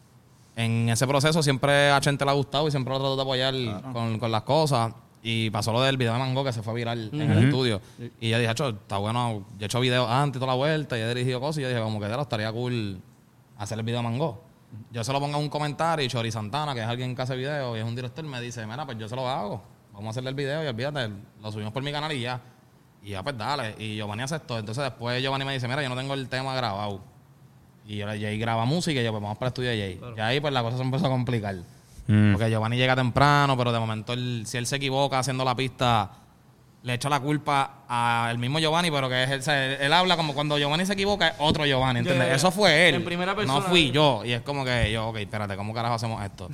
En ese proceso siempre a Chente le ha gustado y siempre lo trató de apoyar con las cosas. Y pasó lo del video de Mango que se fue viral en el estudio. Y yo dije, está bueno, yo he hecho videos antes y toda la vuelta y he dirigido cosas. Y yo dije, como que estaría cool hacer el video de Mango. Yo se lo pongo en un comentario y Chori Santana, que es alguien que hace videos y es un director, me dice, mira, pues yo se lo hago. Vamos a hacerle el video y olvídate, lo subimos por mi canal y ya. Y ya, pues dale. Y Giovanni aceptó. Entonces después Giovanni me dice, mira, yo no tengo el tema grabado. Y yo Jay graba música y yo, pues vamos para el estudio de Jay. Claro. Y ahí pues la cosa se empezó a complicar. Porque Giovanni llega temprano, pero de momento si él se equivoca haciendo la pista, le echa la culpa al mismo Giovanni, pero que es él habla como cuando Giovanni se equivoca, es otro Giovanni, ¿entiendes? Eso fue él. En primera persona. No fui yo. Y es como que yo, ok, espérate, ¿cómo carajo hacemos esto?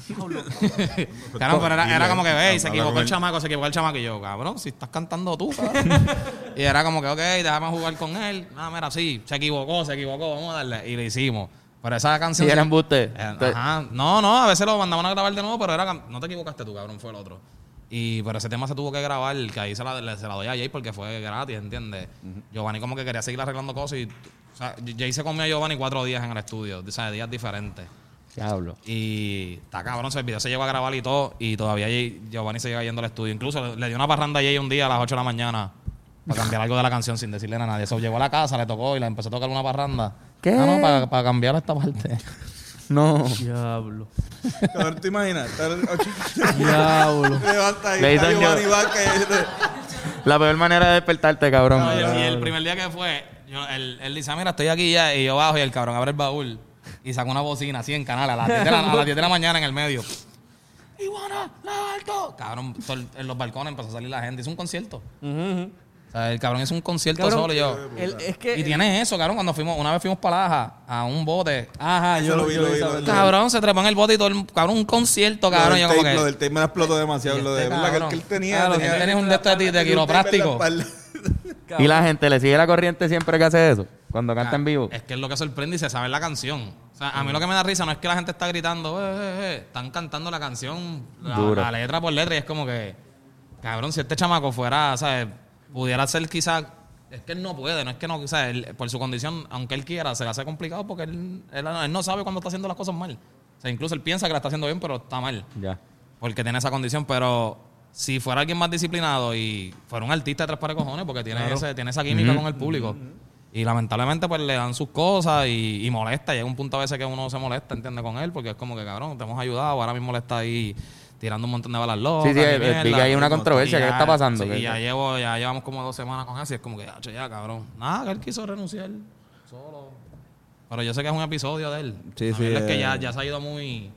Claro, pero era como que, se equivocó el chamaco. Y yo, cabrón, si estás cantando tú, cabrón. Y era como que, ok, déjame jugar con él. Mira, sí, se equivocó, vamos a darle. Y lo hicimos. Pero esa canción... ¿Sí era embuste? Ajá. No, a veces lo mandaban a grabar de nuevo, pero no te equivocaste tú, cabrón, fue el otro. Pero ese tema se tuvo que grabar, que ahí se la doy a Jay porque fue gratis, ¿entiendes? Giovanni como que quería seguir arreglando cosas y... O sea, Jay se comió a Giovanni 4 días en el estudio, o sea, días diferentes. Diablo. Y está cabrón, el video se llegó a grabar y todo, y todavía Giovanni se iba yendo al estudio. Incluso le dio una parranda a Jay un día a las 8 de la mañana para cambiar algo de la canción sin decirle a nadie. Eso llegó a la casa, le tocó y le empezó a tocar una parranda. ¿Qué? No, para cambiar esta parte. No. Diablo. Cabrón, ¿te imaginas? Diablo. Levanta ahí, está Giovanni Vázquez. La peor manera de despertarte, cabrón. Y el primer día que fue, él dice, mira, estoy aquí ya, y yo bajo y el cabrón abre el baúl y saca una bocina así en canal a las 10 de la mañana en el medio. ¡Iguana, alto! Cabrón, en los balcones empezó a salir la gente. Hizo un concierto. O sea, el cabrón hizo un concierto cabrón, solo y yo. Y tiene eso, cabrón, cuando una vez fuimos para Laja a un bote. Ajá, yo lo vi. Cabrón, se trepó en el bote y todo cabrón, un concierto, cabrón. Lo del tape me explotó demasiado. Lo de verdad que él tenía. Él tenía un de estos de quiropráctico. Y la gente le sigue la corriente siempre que hace eso, cuando canta en vivo. Es que es lo que sorprende y se sabe la canción. O sea, a mí lo que me da risa no es que la gente está gritando, están cantando la canción, la letra por letra, y es como que, cabrón, si este chamaco fuera, ¿sabes? Pudiera ser quizás, es que él no puede, no es que no, o sea, por su condición, aunque él quiera, se le hace complicado porque él no sabe cuándo está haciendo las cosas mal. O sea, incluso él piensa que la está haciendo bien, pero está mal. Ya. Porque tiene esa condición, pero si fuera alguien más disciplinado y fuera un artista de 3 pares de cojones, porque tiene esa química con el público. Y lamentablemente pues le dan sus cosas y molesta. Llega un punto a veces que uno se molesta, ¿entiendes? Con él, porque es como que, cabrón, te hemos ayudado, ahora mismo le está ahí tirando un montón de balas locas. Sí, vi que hay una controversia. ¿Qué está pasando? Sí, ya llevamos como 2 semanas con eso y es como que, ya, cabrón. Nada, que él quiso renunciar solo. Pero yo sé que es un episodio de él. Sí, es que ya se ha ido muy...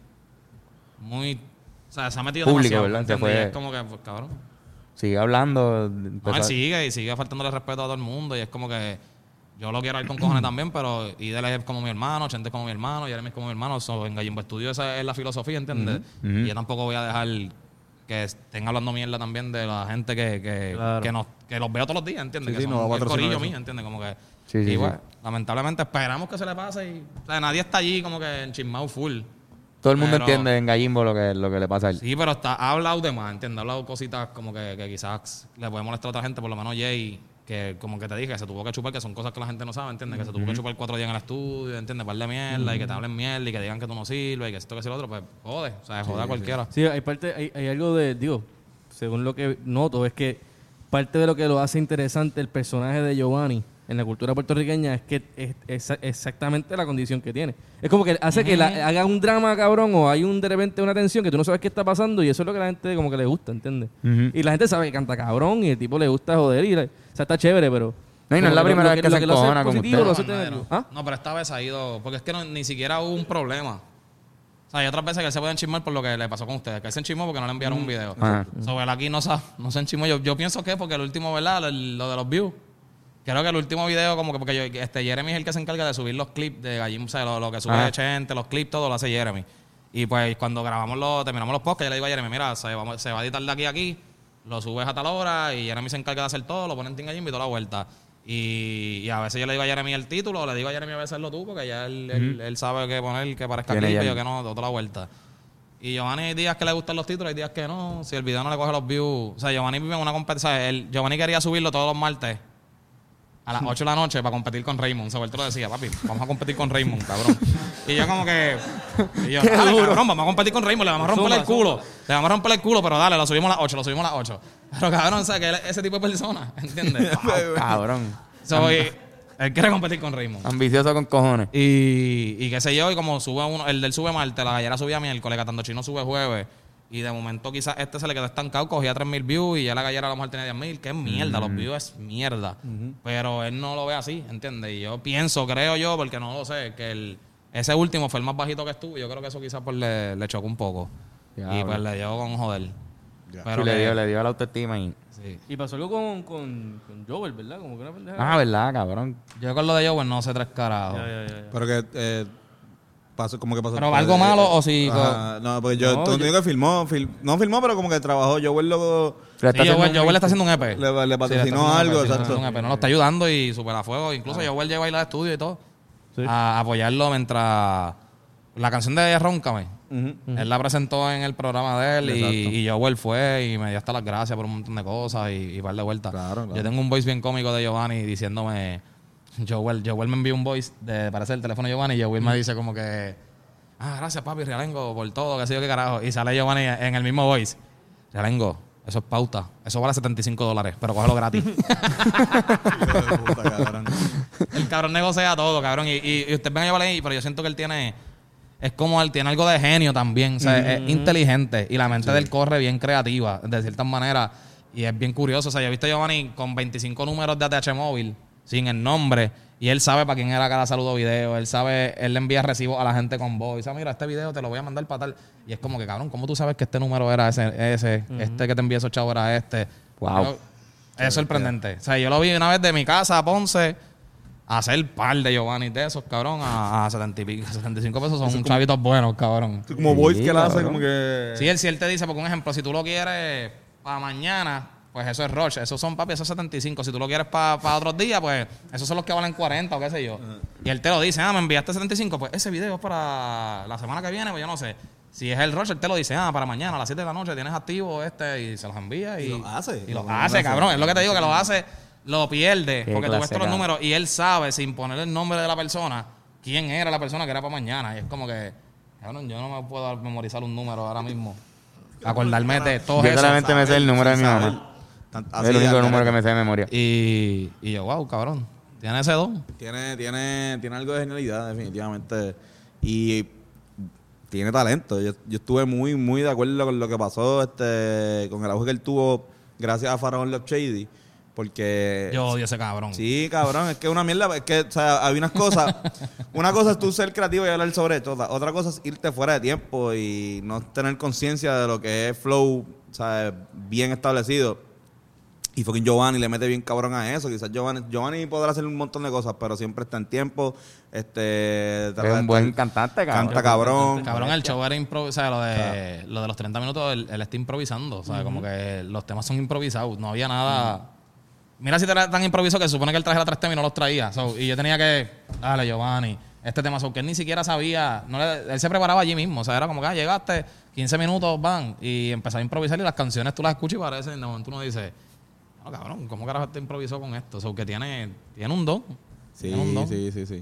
O sea, se ha metido público, demasiado. ¿verdad? Se fue... Es como que, pues, cabrón. Sigue hablando. No, él sigue faltándole respeto a todo el mundo y es como que yo lo quiero ir con cojones también, pero Idel es como mi hermano, Chente es como mi hermano, Jeremy es como mi hermano. En Gallimbo Studio esa es la filosofía, ¿entiendes? Y yo tampoco voy a dejar que estén hablando mierda también de la gente que los veo todos los días, ¿entiendes? Sí, que son el corillo mío, ¿entiendes? Como que... Sí. Bueno, lamentablemente esperamos que se le pase y... O sea, nadie está allí como que enchismado full. Todo el mundo entiende en Gallimbo lo que le pasa a él. Sí, pero ha hablado de más, ¿entiendes? Ha hablado cositas como que quizás le puede molestar a otra gente, por lo menos Jay, que como que te dije, que se tuvo que chupar, que son cosas que la gente no sabe, ¿entiendes? Que se tuvo que chupar 4 días en el estudio, ¿entiendes? Par de mierda y que te hablen mierda y que digan que tú no sirves y que esto, que si lo otro, pues jode, o sea, joda a cualquiera. Sí, hay algo de, digo, según lo que noto, es que parte de lo que lo hace interesante el personaje de Giovanni en la cultura puertorriqueña es que es exactamente la condición que tiene. Es como que hace que haga un drama, cabrón, o hay de repente una tensión que tú no sabes qué está pasando y eso es lo que a la gente como que le gusta, ¿entiendes? Y la gente sabe que canta cabrón y el tipo le gusta joder y o sea, está chévere, pero... No, y no es la primera vez que se encojona con usted. No, pero esta vez ha ido... Porque es que ni siquiera hubo un problema. O sea, hay otras veces que él se puede enchismar por lo que le pasó con ustedes. Que él se enchismó porque no le enviaron un video. Sobre él aquí no se enchismó. Yo pienso que porque el último, ¿verdad? Lo de los views. Creo que el último video, como que porque Jeremy es el que se encarga de subir los clips de Gallín, o sea, lo que sube Chente, los clips, todo lo hace Jeremy. Y pues cuando terminamos los podcasts, yo le digo a Jeremy, mira, se va a editar de aquí a aquí, lo subes a tal hora y Jeremy se encarga de hacer todo, lo pone en Team Gallín y toda la vuelta. Y a veces yo le digo a Jeremy el título, o le digo a Jeremy a veces hazlo tú, porque ya él sabe qué poner, que parezca clip y yo que no, toda la vuelta. Y Giovanni hay días que le gustan los títulos, hay días que no. Si el video no le coge los views. O sea, Giovanni vive en una competencia. Giovanni quería subirlo todos los martes a las 8 de la noche para competir con Raymond. Sobre te lo decía, papi, vamos a competir con Raymond, cabrón. Y yo como que... Y yo, dale, cabrón, vamos a competir con Raymond, le vamos a romper el culo. Le vamos a romper el culo, pero dale, lo subimos a las 8. Pero cabrón, o sea, que él es ese tipo de persona, ¿entiendes? Cabrón. Él quiere competir con Raymond. Ambicioso con cojones. Y qué sé yo, y como sube uno, el del sube martes, la gallera subía miércoles, Catando Chino sube jueves. Y de momento quizás se le quedó estancado, cogía 3,000 views y ya la gallera a lo mejor tenía 10,000. Que es mierda, los views es mierda. Pero él no lo ve así, ¿entiendes? Y yo pienso, creo yo, porque no lo sé, que ese último fue el más bajito que estuvo. Yo creo que eso quizás pues le chocó un poco. Y pues le dio con joder. Pero le dio la autoestima y... Sí. Y pasó algo con Joel, ¿verdad? Como que una pendeja. ¿Verdad, cabrón? Yo con lo de Joel no sé 3 carajos. Pero que... como que pasó. ¿Pero algo malo o sí? No, porque yo digo que filmó, pero como que trabajó. Joel Joel está haciendo un EP. Le patrocinó algo, exacto. No lo está ayudando y super a fuego. Incluso Joel lleva a ir al estudio y todo. Sí. A apoyarlo mientras... La canción de Róncame. Él la presentó en el programa de él y Joel fue y me dio hasta las gracias por un montón de cosas y par de vueltas. Claro. Yo tengo un voice bien cómico de Giovanni diciéndome... Joel me envió un voice para hacer el teléfono de Giovanni y Joel me dice como que... gracias papi, Realengo, por todo, que sé yo qué carajo. Y sale Giovanni en el mismo voice. Realengo, eso es pauta. Eso vale $75, pero cógelo gratis. El cabrón negocia todo, cabrón. Y usted ven a Giovanni ahí, pero yo siento que él tiene... Es como él tiene algo de genio también. O sea, es inteligente. Y la mente de él corre bien creativa, de cierta manera. Y es bien curioso. O sea, yo he visto a Giovanni con 25 números de ATH móvil, sin el nombre. Y él sabe para quién era cada saludo video. Él le envía recibos a la gente con voz. Y dice, mira, este video te lo voy a mandar para tal. Y es como que, cabrón, ¿cómo tú sabes que este número era ese? Este que te envié esos chavos era este. Wow. Es sorprendente. O sea, yo lo vi una vez de mi casa a Ponce a hacer par de Giovanni de esos, cabrón, a 75 pesos. Son chavitos buenos, cabrón. Como voice que él hace, como que... Sí, él te dice, porque un ejemplo, si tú lo quieres para mañana... Pues eso es Roche, esos son, papi, esos 75. Si tú lo quieres para otros días, pues esos son los que valen 40 o qué sé yo. Y él te lo dice, me enviaste 75, pues ese video es para la semana que viene, pues yo no sé. Si es el Roche, él te lo dice, para mañana a las 7 de la noche tienes activo y se los envía. Y lo hace. Y lo hace, cabrón. Es lo que te digo, que lo hace, lo pierde, porque tú ves todos los números y él sabe, sin poner el nombre de la persona, quién era la persona que era para mañana. Y es como que, cabrón, yo no me puedo memorizar un número ahora mismo. Acordarme de todo eso. Yo solamente me sé el número de mi mamá. Es el único número que me sé de memoria. Y yo, wow, cabrón. Tiene ese don. Tiene algo de genialidad, definitivamente. Y tiene talento. Yo estuve muy, muy de acuerdo con lo que pasó con el auge que él tuvo gracias a Faraón Love Shady. Porque... Yo odio ese cabrón. Sí, cabrón. Es que es una mierda. Es que, o sea, había unas cosas... Una cosa es tú ser creativo y hablar sobre todo. Otra cosa es irte fuera de tiempo y no tener conciencia de lo que es flow, o sea, bien establecido. Y fucking Giovanni le mete bien cabrón a eso. Quizás Giovanni podrá hacer un montón de cosas, pero siempre está en tiempo. Es un buen cantante, cabrón. Canta cabrón. Cabrón, el show era improvisado. O sea, lo de los 30 minutos, él está improvisando. O sea, como que los temas son improvisados. No había nada... Mira si era tan improvisado que se supone que él trajera 3 temas y no los traía. Y yo tenía que... Dale, Giovanni. Este tema, que él ni siquiera sabía... él se preparaba allí mismo. O sea, era como que llegaste, 15 minutos, van. Y empezaba a improvisar y las canciones tú las escuchas y parecen... De momento uno dice... No, cabrón, ¿cómo carajo te improvisó con esto? O sea, que tiene un don. Sí, sí.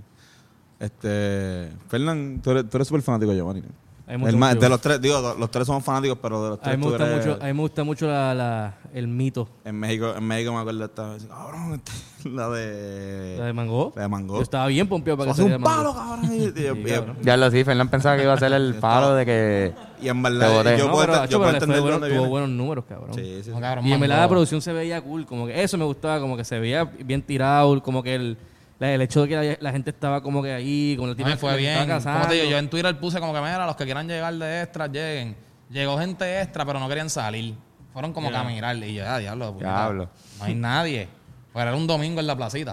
Fernán, tú eres súper fanático de Giovanni, ¿no? De los tres, los tres somos fanáticos, pero de los tres a mí me gusta mucho el mito. En México me acuerdo de esta... Cabrón, la de Mango. La de Mango. Yo estaba bien pompeado para que saliera un palo, cabrón. Ya lo sí, Fernán pensaba que iba a ser el palo de que... Y en verdad, yo puedo entender dónde viene. Tuvo buenos números, cabrón. Sí. No, cabrón, y en verdad la producción se veía cool. Como que eso me gustaba, como que se veía bien tirado, como que el hecho de que la gente estaba como que ahí, con el tipo me fue bien. Como te digo, yo en Twitter puse como que, mira, los que quieran llegar de extras, lleguen. Llegó gente extra, pero no querían salir. Fueron como que a mirar. Y yo, diablo. No hay nadie. Pues era un domingo en la placita.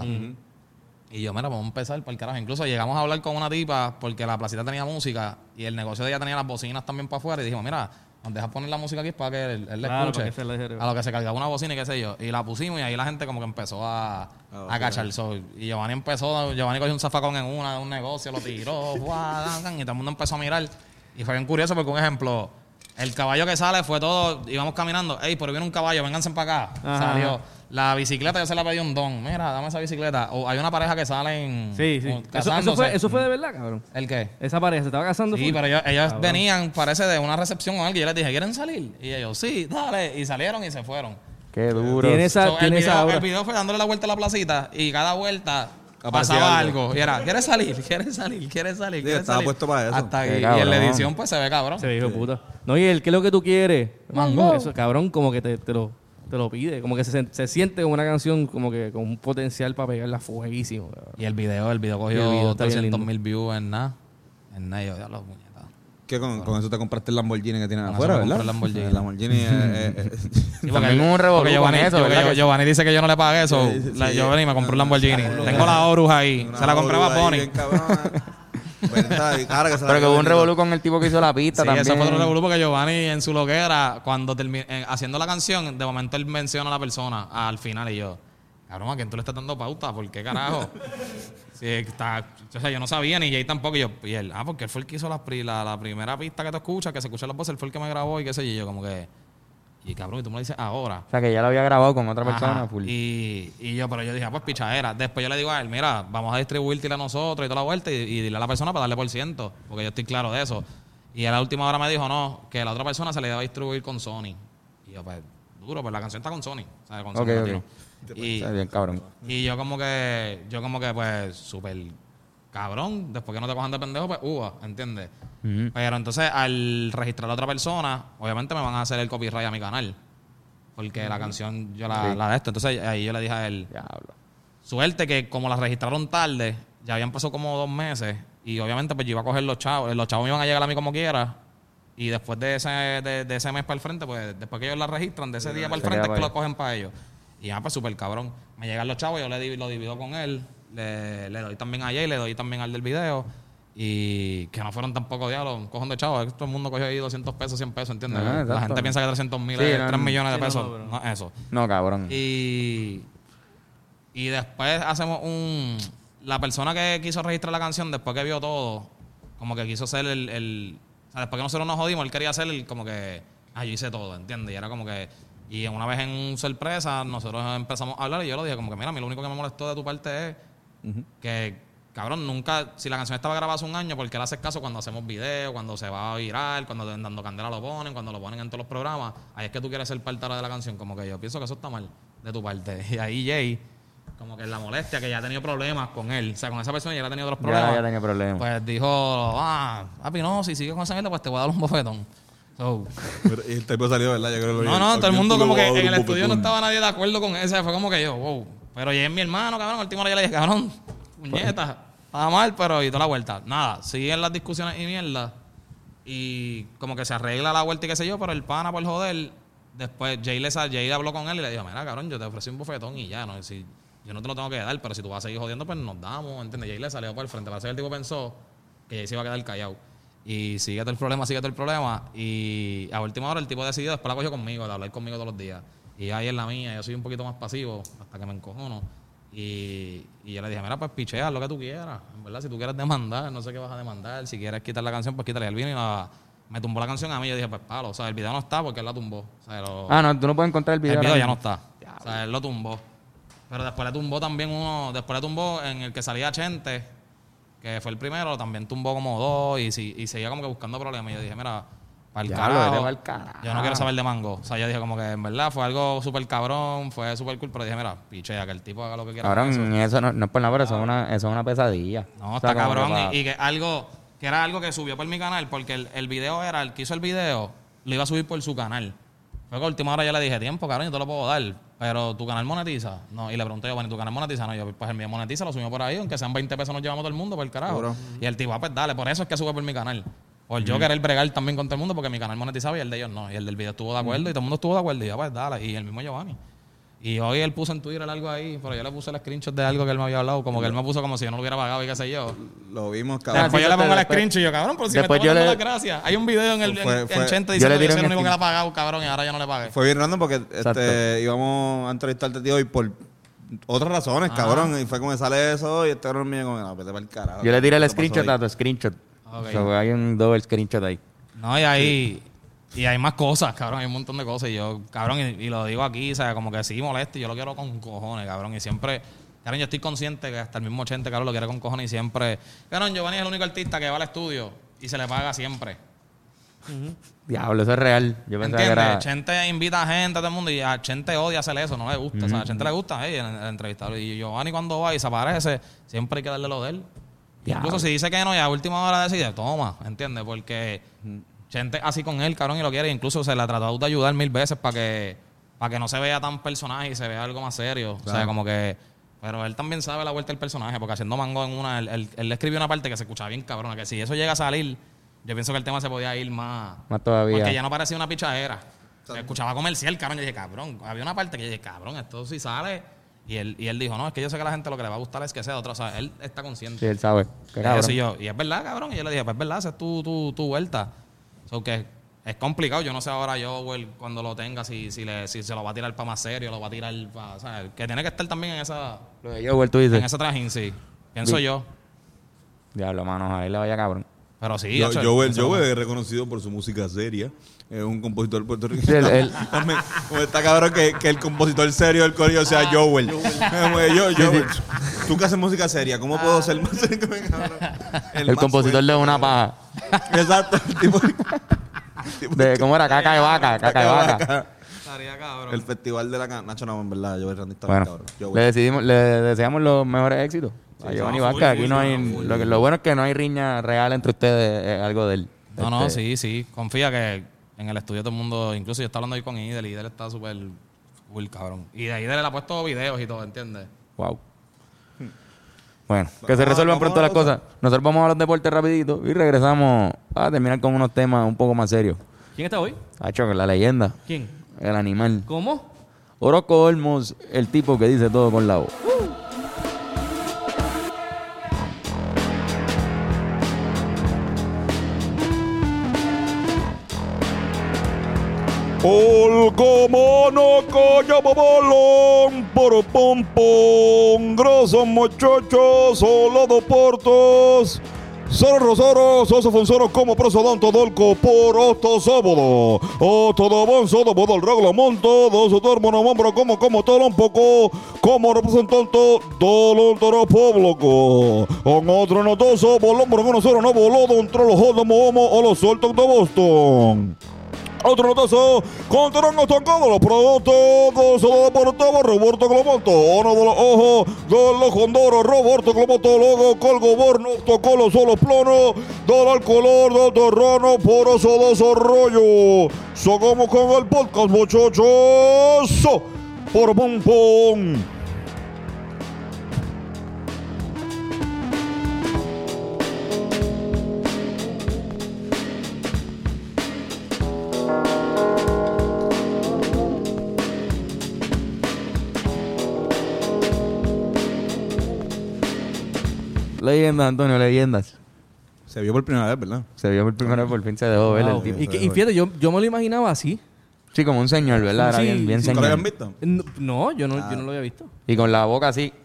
Y yo, mira, vamos a empezar para el carajo. Incluso llegamos a hablar con una tipa porque la placita tenía música y el negocio de ella tenía las bocinas también para afuera. Y dijimos, mira, nos dejas poner la música aquí para que él le escuche. A lo que se cargaba una bocina y qué sé yo. Y la pusimos y ahí la gente como que empezó a cachar el sol. Y Giovanni cogió un zafacón en un negocio, lo tiró, y todo el mundo empezó a mirar. Y fue bien curioso porque, un ejemplo, el caballo que sale fue todo, íbamos caminando, pero viene un caballo, vénganse para acá. Ajá. Salió. La bicicleta yo se la pedí un don. Mira, dame esa bicicleta. O hay una pareja que salen casándose. Eso fue de verdad, cabrón. ¿El qué? Esa pareja se estaba casando. Sí, pero ellos venían, parece, de una recepción o algo. Y yo les dije, ¿quieren salir? Y ellos, sí, dale. Y salieron y se fueron. Qué duro. El video fue dándole la vuelta a la placita y cada vuelta pasaba algo. Y era, ¿quieres salir? Estaba puesto para eso. Hasta y en la edición pues se ve cabrón. Se ve hijo puta. No, y ¿qué es lo que tú quieres? Mango. Eso, cabrón, como que te lo pide. Como que se siente como una canción como que con un potencial para pegarla fueguísimo. Cabrón. Y el video cogió 300,000 views en nada. En nada, yo, los puñetas. ¿Qué con eso te compraste el Lamborghini que tienen afuera, verdad? El Lamborghini. El Lamborghini y también un revolver. Giovanni dice que yo no le pagué eso. Giovanni me compró un Lamborghini. Tengo la Horus ahí. Se la compré a Bonnie. Pero que hubo un revolú con el tipo que hizo la pista también. Eso fue otro revolú porque Giovanni en su loquera, cuando haciendo la canción, de momento él menciona a la persona al final y yo, cabrón, ¿a quién tú le estás dando pauta? ¿Por qué carajo? O sea, yo no sabía, ni Jay tampoco. Y él, porque él fue el que hizo la primera pista que tú escuchas, que se escucha las voces, él fue el que me grabó y qué sé yo. Y yo como que, y cabrón, y tú me lo dices ahora. O sea, que ya lo había grabado con otra persona. Full. Pero yo dije, pues pichadera. Después yo le digo a él, mira, vamos a distribuirte a nosotros y toda la vuelta y dile a la persona para darle por ciento, porque yo estoy claro de eso. Y a la última hora me dijo, no, que la otra persona se le iba a distribuir con Sony. Y yo, pues, duro, pues la canción está con Sony. O sea, con Sony. Okay. Y, bien, cabrón. Y yo como que pues, súper cabrón. Después que no te cojan de pendejo, pues, ¿entiendes? Uh-huh. Pero entonces, al registrar a otra persona, obviamente me van a hacer el copyright a mi canal. Porque la canción yo la de esto. Entonces, ahí yo le dije a él, diablo. Suerte que como la registraron tarde, ya habían pasado como 2 meses. Y obviamente, pues yo iba a coger los chavos. Los chavos me iban a llegar a mí como quiera. Y después de ese mes para el frente, pues después que ellos la registran, de ese día para el frente, es que lo cogen para ellos. Y pues súper cabrón. Me llegan los chavos, yo lo divido con él. Le doy también a Jay, le doy también al del video. Y que no fueron tampoco diablos, un cojón de chavos. Todo el mundo cogió ahí 200 pesos, 100 pesos, ¿entiendes? La gente piensa que 300,000 es 3 millones de pesos. No es eso. No, cabrón. Y después hacemos la persona que quiso registrar la canción, después que vio todo, como que quiso ser o sea, después que nosotros nos jodimos, él quería ser como que, yo hice todo, ¿entiendes? Y era como que... Y una vez en sorpresa, nosotros empezamos a hablar y yo lo dije como que, mira, a mí lo único que me molestó de tu parte es que, cabrón, nunca... Si la canción estaba grabada hace un año, ¿por qué le haces caso cuando hacemos videos, cuando se va a viral, cuando Dando Candela lo ponen, cuando lo ponen en todos los programas? Ahí es que tú quieres ser parte ahora de la canción. Como que yo pienso que eso está mal de tu parte. Y ahí Jay, como que la molestia, que ya ha tenido problemas con él. O sea, con esa persona ya ha tenido otros problemas. Ya tenía problemas. Pues dijo, papi, no, si sigues con esa mierda, pues te voy a dar un bofetón. Y el tipo salió, ¿verdad? Yo creo que todo el mundo como que en el estudio no estaba nadie de acuerdo con eso. Fue como que yo, wow. Pero Jay es mi hermano, cabrón. Al último hora yo le dije, cabrón, puñeta, estaba mal, pero y toda la vuelta. Nada, siguen las discusiones y mierda. Y como que se arregla la vuelta y qué sé yo, pero el pana por joder después Jay habló con él y le dijo, mira, cabrón, yo te ofrecí un bofetón y ya, no si yo no te lo tengo que dar, pero si tú vas a seguir jodiendo, pues nos damos, ¿entiendes? Jay le salió por el frente. Parece que el tipo pensó que Jay se iba a quedar callado. Y síguete el problema. Y a última hora el tipo decidió, después la cogió conmigo, de hablar conmigo todos los días. Y ahí en la mía, yo soy un poquito más pasivo, hasta que me encojono. Y yo le dije, mira, pues pichea lo que tú quieras. En verdad, si tú quieres demandar, no sé qué vas a demandar. Si quieres quitar la canción, pues quítale. Él vino y me tumbó la canción a mí. Yo dije, pues palo, o sea, el video no está porque él la tumbó. O sea, no, tú no puedes encontrar el video. El video ya no está. O sea, él lo tumbó. Pero después le tumbó también en el que salía Chente, que fue el primero, también tumbó como 2 y seguía como que buscando problemas. Y yo dije, mira, para el carajo, yo no quiero saber de Mango. O sea, yo dije como que en verdad fue algo súper cabrón, fue súper cool, pero dije, mira, pichea, que el tipo haga lo que quiera. Cabrón, eso no es por nada, pero eso es una pesadilla. No, está cabrón. Y que era algo que subió por mi canal, porque el video era, el que hizo el video, lo iba a subir por su canal. Fue que a última hora yo le dije, tiempo, cabrón, yo te lo puedo dar, pero ¿tu canal monetiza? No, y le pregunté yo, bueno, ¿tu canal monetiza? No, yo, pues el mío monetiza, lo subimos por ahí, aunque sean 20 pesos nos llevamos todo el mundo por el carajo. Seguro. Y el tipo, pues dale, por eso es que sube por mi canal. Por yo querer bregar también con todo el mundo, porque mi canal monetizaba y el de ellos no. Y el del video estuvo de acuerdo y todo el mundo estuvo de acuerdo. Y yo, pues dale, y el mismo Giovanni. Y hoy él puso en Twitter algo ahí, pero yo le puse el screenshot de algo que él me había hablado, como que él me puso como si yo no lo hubiera pagado y qué sé yo. Lo vimos, cabrón. Después yo le pongo el screenshot y yo, cabrón, pero si me está dando las gracias. Hay un video en Chente diciendo que yo soy el único que le ha pagado, cabrón, y ahora ya no le pagué. Fue bien random porque íbamos a entrevistarte, tío, y por otras razones, cabrón. Y fue como que sale eso y este cabrón mío como que no, vete para el carajo. Yo le tiré el screenshot a tu screenshot. Okay. O sea, hay un doble screenshot ahí. No, y ahí... Y hay más cosas, cabrón, hay un montón de cosas. Y yo, cabrón, y lo digo aquí, o sea, como que sí molesto y yo lo quiero con cojones, cabrón. Y siempre, cabrón, yo estoy consciente que hasta el mismo Chente, cabrón, lo quiere con cojones y siempre... Cabrón, Giovanni es el único artista que va al estudio y se le paga siempre. Diablo, eso es real. Yo pensaba que era... Chente invita a gente, a todo el mundo, y a Chente odia hacer eso, no le gusta. O sea, a Chente le gusta, en el entrevistador. Y Giovanni cuando va y se aparece, siempre hay que darle lo de él. Incluso si dice que no y a última hora decide, toma, ¿entiendes? Porque... Chente así con él, cabrón, y lo quiere. Incluso se le ha tratado de ayudar 1000 veces para que no se vea tan personaje y se vea algo más serio. Claro. O sea, como que... Pero él también sabe la vuelta del personaje, porque haciendo Mango en una... Él le escribió una parte que se escuchaba bien cabrona, que si eso llega a salir, yo pienso que el tema se podía ir más todavía. Porque ya no parecía una pichadera. Se escuchaba comercial, cabrón. Yo dije, cabrón, había una parte que yo dije, cabrón, esto sí sale... Y él dijo, no, es que yo sé que a la gente lo que le va a gustar es que sea de otra. O sea, él está consciente. Sí, él sabe. Y es verdad, cabrón. Y yo le dije, pues es verdad, esa es tu vuelta. So que es complicado. Yo no sé ahora cuando lo tenga, si se lo va a tirar para más serio, lo va a tirar para... O sea, que tiene que estar también en esa... Lo de Joel, tú dices. En ese trajín, sí. Pienso yo. Diablo, mano, a él le vaya cabrón. Pero sí. Joel es reconocido por su música seria. Es un compositor puertorriqueño. Como está cabrón que el compositor serio del corillo sea Joel. Joel. Tú que haces música seria, ¿cómo puedo ser más serio que me cabrón? El compositor de una paja. Exacto. ¿Cómo era? Caca de vaca. Estaría cabrón. El festival de la Nacho, no, en verdad, Joel Randy está bueno, cabrón. Le deseamos los mejores éxitos. A Giovanni Vázquez, aquí no hay... Lo bueno es que no hay riña real entre ustedes, es algo de él. No, sí. Confía que en el estudio todo el mundo... Incluso yo estaba hablando ahí con Idel, y Idel está súper cool, cabrón. Y de Idel le ha puesto videos y todo, ¿entiendes? Wow. Bueno, que se resuelvan pronto las cosas. Nosotros vamos a los deportes rapidito y regresamos a terminar con unos temas un poco más serios. ¿Quién está hoy? Hacho, la leyenda. ¿Quién? El animal. ¿Cómo? Orozco Olmos, el tipo que dice todo con la voz. Olgo mono coño bobolón, por pom pom, grosos muchachos, solo dos portos. Soro Rosoro, Soso Fonsoro como prosodonto dolco por Osto Sóbodo. Oto do Bonzo do Bodol Reglo Monto, dos Dormo no Mombro como todo un poco, como representante Dolon Toro Pobloco. On otro notoso, Bolombro con nosotros no voló, don Trolo Jodo Momo o los Soltos de Boston. Otro notazo, contarán estancado los productos de Deportivo Roberto Clomonto, uno de los ojos de los condoros, Roberto Clomonto, logo colgo borno, tocó los solos planos, del color del terreno por ese desarrollo. Seguimos con el podcast, muchachos, por pum pum. Leyendas, Antonio, leyendas. Se vio por primera vez, ¿verdad? Se vio por primera vez, por fin se dejó ver el tipo. Y fíjate, yo me lo imaginaba así. Sí, como un señor, ¿verdad? Era Sí, bien ¿Nunca lo señor. habían visto? No, yo no lo había visto. Y con la boca así.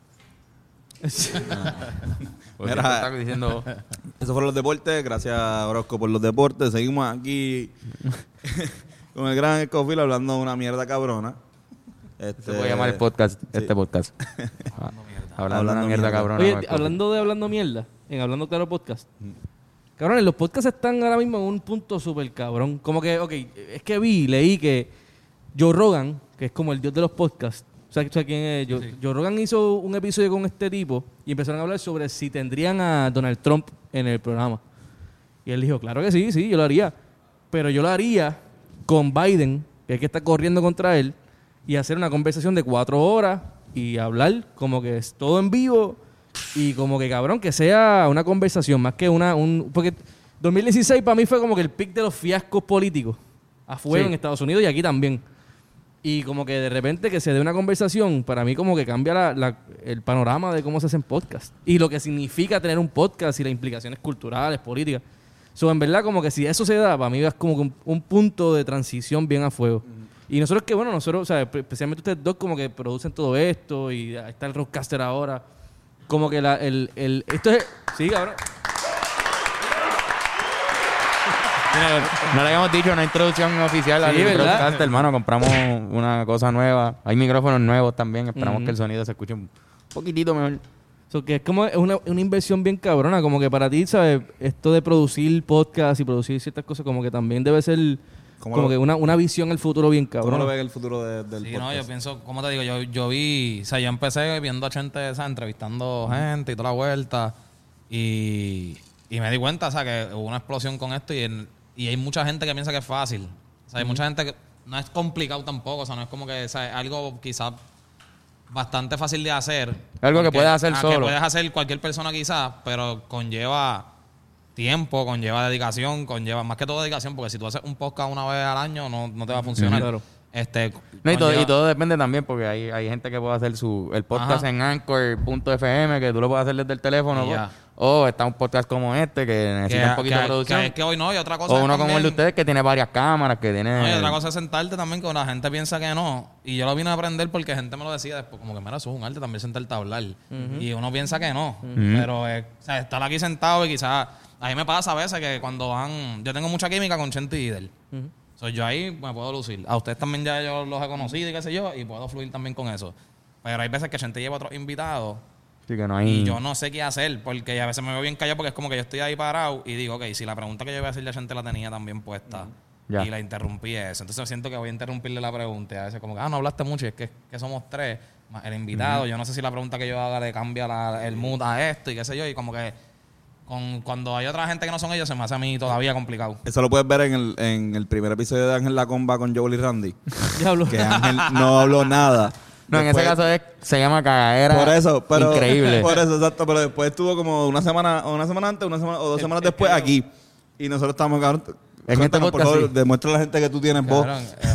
Mira, Está diciendo... esos fueron los deportes. Gracias, Orozco, por los deportes. Seguimos aquí con el gran Escofil hablando de una mierda cabrona. Se puede llamar el podcast, este podcast. Hablando de una mierda cabrona. Oye, con el hablando mierda, en Hablando Claro Podcast. Cabrones, los podcasts están ahora mismo en un punto súper cabrón. Como que, es que leí que Joe Rogan, que es como el dios de los podcasts, ¿sabes quién es? Joe Rogan hizo un episodio con este tipo y empezaron a hablar sobre si tendrían a Donald Trump en el programa. Y él dijo, claro que sí, yo lo haría. Pero yo lo haría con Biden, que es que está corriendo contra él, y hacer una conversación de 4 horas y hablar como que es todo en vivo y como que, cabrón, que sea una conversación más que porque 2016 para mí fue como que el pic de los fiascos políticos afuera en Estados Unidos y aquí también. Y como que de repente que se dé una conversación, para mí como que cambia el panorama de cómo se hacen podcasts. Y lo que significa tener un podcast y las implicaciones culturales, políticas. En verdad como que si eso se da, para mí es como que un punto de transición bien a fuego. Y nosotros o sea, especialmente ustedes dos como que producen todo esto y ahí está el Roadcaster ahora. Como que esto es... Sí, cabrón. No le habíamos dicho una introducción oficial al podcast, hermano. Compramos una cosa nueva. Hay micrófonos nuevos también. Esperamos que el sonido se escuche un poquitito mejor. Que es como una inversión bien cabrona. Como que para ti, ¿sabes? Esto de producir podcast y producir ciertas cosas como que también debe ser... Como que una visión al futuro bien cabrón. ¿Cómo lo ves el futuro del podcast? Sí, no, yo pienso, como te digo, yo vi, o sea, yo empecé viendo a gente, o sea, entrevistando gente y toda la vuelta y me di cuenta, o sea, que hubo una explosión con esto y hay mucha gente que piensa que es fácil. O sea, hay mucha gente que no es complicado tampoco, o sea, no es como que, o sea, algo quizás bastante fácil de hacer. Algo que puedes hacer solo. Que puedes hacer cualquier persona quizás, pero conlleva tiempo, conlleva dedicación, conlleva más que todo dedicación, porque si tú haces un podcast una vez al año no te va a funcionar. Claro. Y todo depende también, porque hay gente que puede hacer el podcast en Anchor.fm, que tú lo puedes hacer desde el teléfono. O está un podcast como este, que necesita un poquito de producción. Es que hoy no, y otra cosa o uno como el de ustedes, que tiene varias cámaras, que tiene... No, y otra cosa es sentarte también, que la gente piensa que no. Y yo lo vine a aprender porque gente me lo decía después, como que mira, eso es un arte también sentarte a hablar. Y uno piensa que no. Pero, o sea, estar aquí sentado y quizás... A mí me pasa a veces que cuando van... Yo tengo mucha química con Chente y Idel. Yo ahí me puedo lucir. A ustedes también ya yo los he conocido y qué sé yo, y puedo fluir también con eso. Pero hay veces que Chente lleva a otros invitados sí, que no hay... y yo no sé qué hacer, porque a veces me veo bien callado porque es como que yo estoy ahí parado y digo, ok, si la pregunta que yo voy a hacer ya Chente la tenía también puesta y la interrumpí eso. Entonces siento que voy a interrumpirle la pregunta y a veces como que, no hablaste mucho y es que somos 3 más el invitado. Yo no sé si la pregunta que yo haga le cambia el mood a esto y qué sé yo, y como que cuando hay otra gente que no son ellos, se me hace a mí todavía complicado. Eso lo puedes ver en el primer episodio de Ángel La Comba con Joel y Randy. Diablo. Que Ángel no habló nada. No, después, en ese caso se llama cagadera. Por eso, pero... Increíble. Por eso, exacto. Pero después estuvo como una semana antes, o 2 semanas después aquí. Y nosotros estamos, cabrón... En este podcast, por favor, demuestra a la gente que tú tienes voz.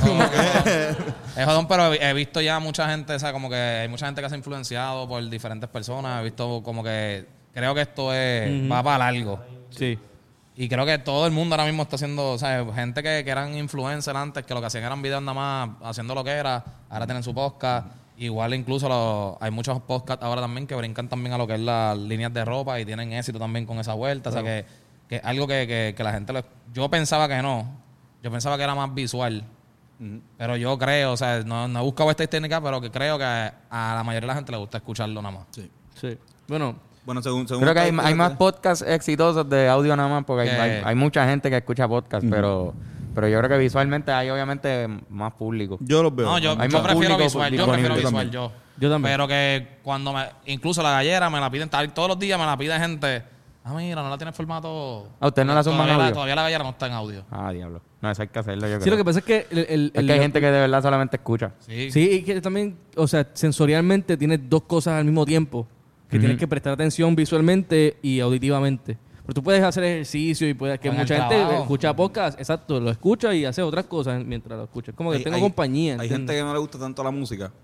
Es jodón, pero he visto ya mucha gente, o sea, como que hay mucha gente que se ha influenciado por diferentes personas. He visto como que creo que esto va para largo. Sí. Y creo que todo el mundo ahora mismo está haciendo, o sea, gente que eran influencers antes, que lo que hacían eran videos nada más haciendo lo que era, ahora tienen su podcast. Igual incluso hay muchos podcasts ahora también que brincan también a lo que es las líneas de ropa y tienen éxito también con esa vuelta. Claro. O sea, que algo que la gente... Yo pensaba que no. Yo pensaba que era más visual. Pero yo creo, o sea, no he buscado esta técnica, pero que creo que a la mayoría de la gente le gusta escucharlo nada más. Sí. Bueno, según creo que hay más podcasts exitosos de audio nada más, porque hay mucha gente que escucha podcasts, pero yo creo que visualmente hay obviamente más público. Yo los veo. No, yo prefiero visual. Yo prefiero visual, yo. también. Pero que cuando incluso la gallera me la piden, todos los días me la pide gente. Mira, no la tiene en formato... ¿A usted no la suman audio? Todavía la gallera no está en audio. Diablo. No, eso hay que hacerlo, yo creo. Sí, lo que pasa es que... es que hay gente que de verdad solamente escucha. Sí, y que también, o sea, sensorialmente tienes 2 cosas al mismo tiempo. Que tienes que prestar atención visualmente y auditivamente. Pero tú puedes hacer ejercicio y puedes... Que mucha gente escucha podcast, exacto, lo escucha y hace otras cosas mientras lo escucha. Es como que tengo compañía. Hay gente que no le gusta tanto la música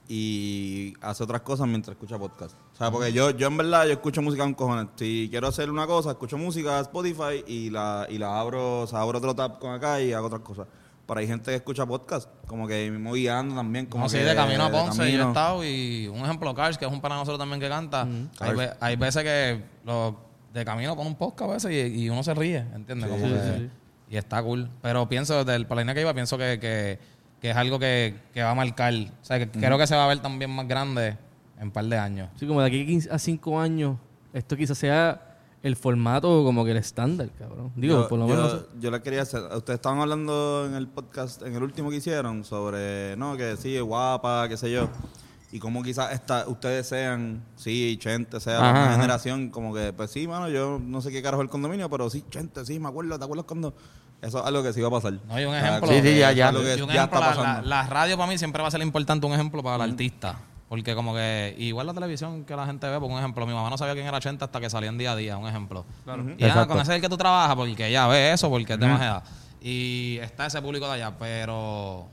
y hace otras cosas mientras escucha podcast. O sea, porque yo en verdad, yo escucho música con cojones. Si quiero hacer una cosa, escucho música, Spotify, y la abro, o sea, abro otro tab con acá y hago otras cosas. Pero hay gente que escucha podcast, como que mismo guiando también. Como sí, de camino a Ponce yo he estado, y un ejemplo, Cars, que es un pana de nosotros también que canta. Hay veces que de camino pone un podcast a veces y uno se ríe, ¿entiendes? Sí, sí. Y está cool. Pero pienso, desde el línea que iba, pienso que es algo que va a marcar. O sea, que creo que se va a ver también más grande en un par de años. Sí, como de aquí a 5 años, esto quizás sea el formato como que el estándar, cabrón. Digo, por lo menos... Yo le quería hacer... Ustedes estaban hablando en el podcast, en el último que hicieron, sobre, no, que sí, guapa, qué sé yo. Y como quizás ustedes sean, sí, Chente, sea la nueva generación, como que, pues sí, mano, yo no sé qué carajo es el condominio, pero sí, Chente, sí, me acuerdo, ¿te acuerdas cuando...? Eso es algo que sí va a pasar. No, hay un ejemplo. Sí, ya. Y un ejemplo, la radio para mí siempre va a ser importante, un ejemplo para el artista. Porque como que, igual la televisión que la gente ve, por un ejemplo, mi mamá no sabía quién era Chente hasta que salía en Día a Día, un ejemplo. Claro. Y con ese es el que tú trabajas, porque ella ve eso, porque es de más edad. Y está ese público de allá, pero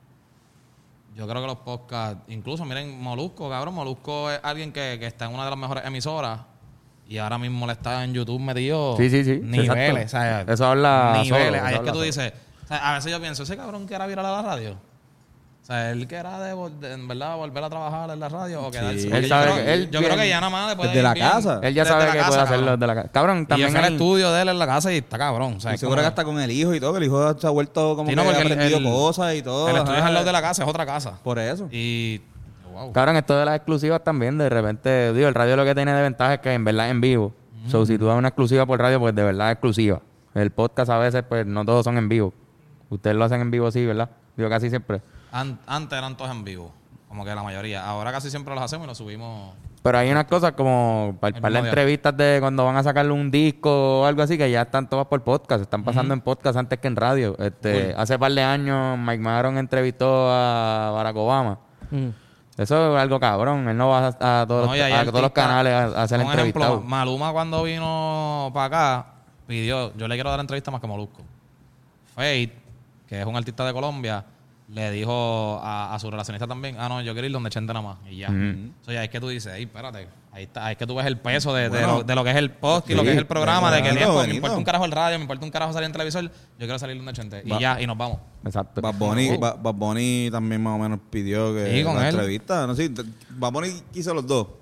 yo creo que los podcasts, incluso miren Molusco, cabrón, Molusco es alguien que está en una de las mejores emisoras y ahora mismo le está en YouTube metido niveles, o sea, eso habla niveles. Ahí es que tú dices, o sea, a veces yo pienso, ese cabrón que era viral a la radio. O sea, él que era en verdad volver a trabajar en la radio o quedarse. Yo creo que ya nada más después de la casa. Él ya sabe que puede hacerlo desde la casa. Cabrón, también en el estudio de él en la casa y está cabrón. O sea, seguro que hasta con el hijo y todo, que el hijo se ha vuelto como que ha aprendido cosas y todo. El estudio es al lado de la casa, es otra casa. Por eso. Y wow. Cabrón, esto de las exclusivas también, de repente, digo, el radio lo que tiene de ventaja es que en verdad es en vivo. So, si tú das una exclusiva por radio, pues de verdad es exclusiva. El podcast a veces, pues no todos son en vivo. Ustedes lo hacen en vivo, sí, ¿verdad? Digo, casi siempre. Antes eran todos en vivo, como que la mayoría. Ahora casi siempre los hacemos y los subimos. Pero hay unas cosas como para las entrevistas de cuando van a sacarle un disco o algo así, que ya están todas por podcast. Están pasando en podcast antes que en radio. Hace par de años Mike Maron entrevistó a Barack Obama. Eso es algo cabrón. Él no va a todos los canales a hacer entrevistas. Por ejemplo, Maluma cuando vino para acá pidió, yo le quiero dar entrevista más que Molusco. Fate, que es un artista de Colombia, le dijo a su relacionista también, no, yo quiero ir donde Chente nada más. Y ya. Ya es que tú dices, espérate, ahí está, es que tú ves el peso de lo que es el post y lo que es el programa, de que me importa un carajo el radio, me importa un carajo salir en televisor, yo quiero salir donde Chente. Y ya, y nos vamos. Exacto. Bad Bunny también más o menos pidió que con la entrevista. No sé, Bad Bunny quiso los dos.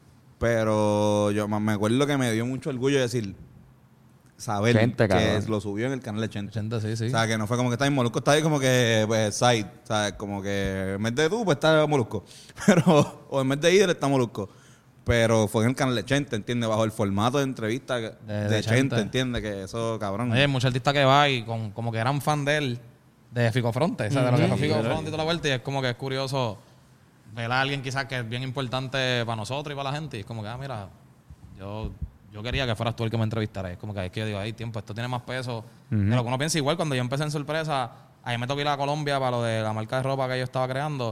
Pero yo me acuerdo que me dio mucho orgullo decir, saber Chente, que cabrón. lo subió en el canal de Chente. Chente, sí. O sea, que no fue como que está en Molusco, está ahí como que, pues, side. O sea, como que en vez de tú, pues está Molusco. Pero, o en vez de Ider está Molusco. Pero fue en el canal de Chente, ¿entiendes? Bajo el formato de entrevista de Chente, ¿entiendes? Que eso, cabrón. Oye, hay muchos artistas que va y como que eran fan de él, de Fico Fronte. O sea, de lo que fue Fico Fronte y toda la vuelta. Y es como que es curioso ver a alguien quizás que es bien importante para nosotros y para la gente. Y es como que, mira, yo quería que fueras tú el que me entrevistara. Es como que yo digo, hay tiempo, esto tiene más peso de lo que uno piensa. Igual cuando yo empecé en Sorpresa, ahí me tocó ir a Colombia para lo de la marca de ropa que yo estaba creando.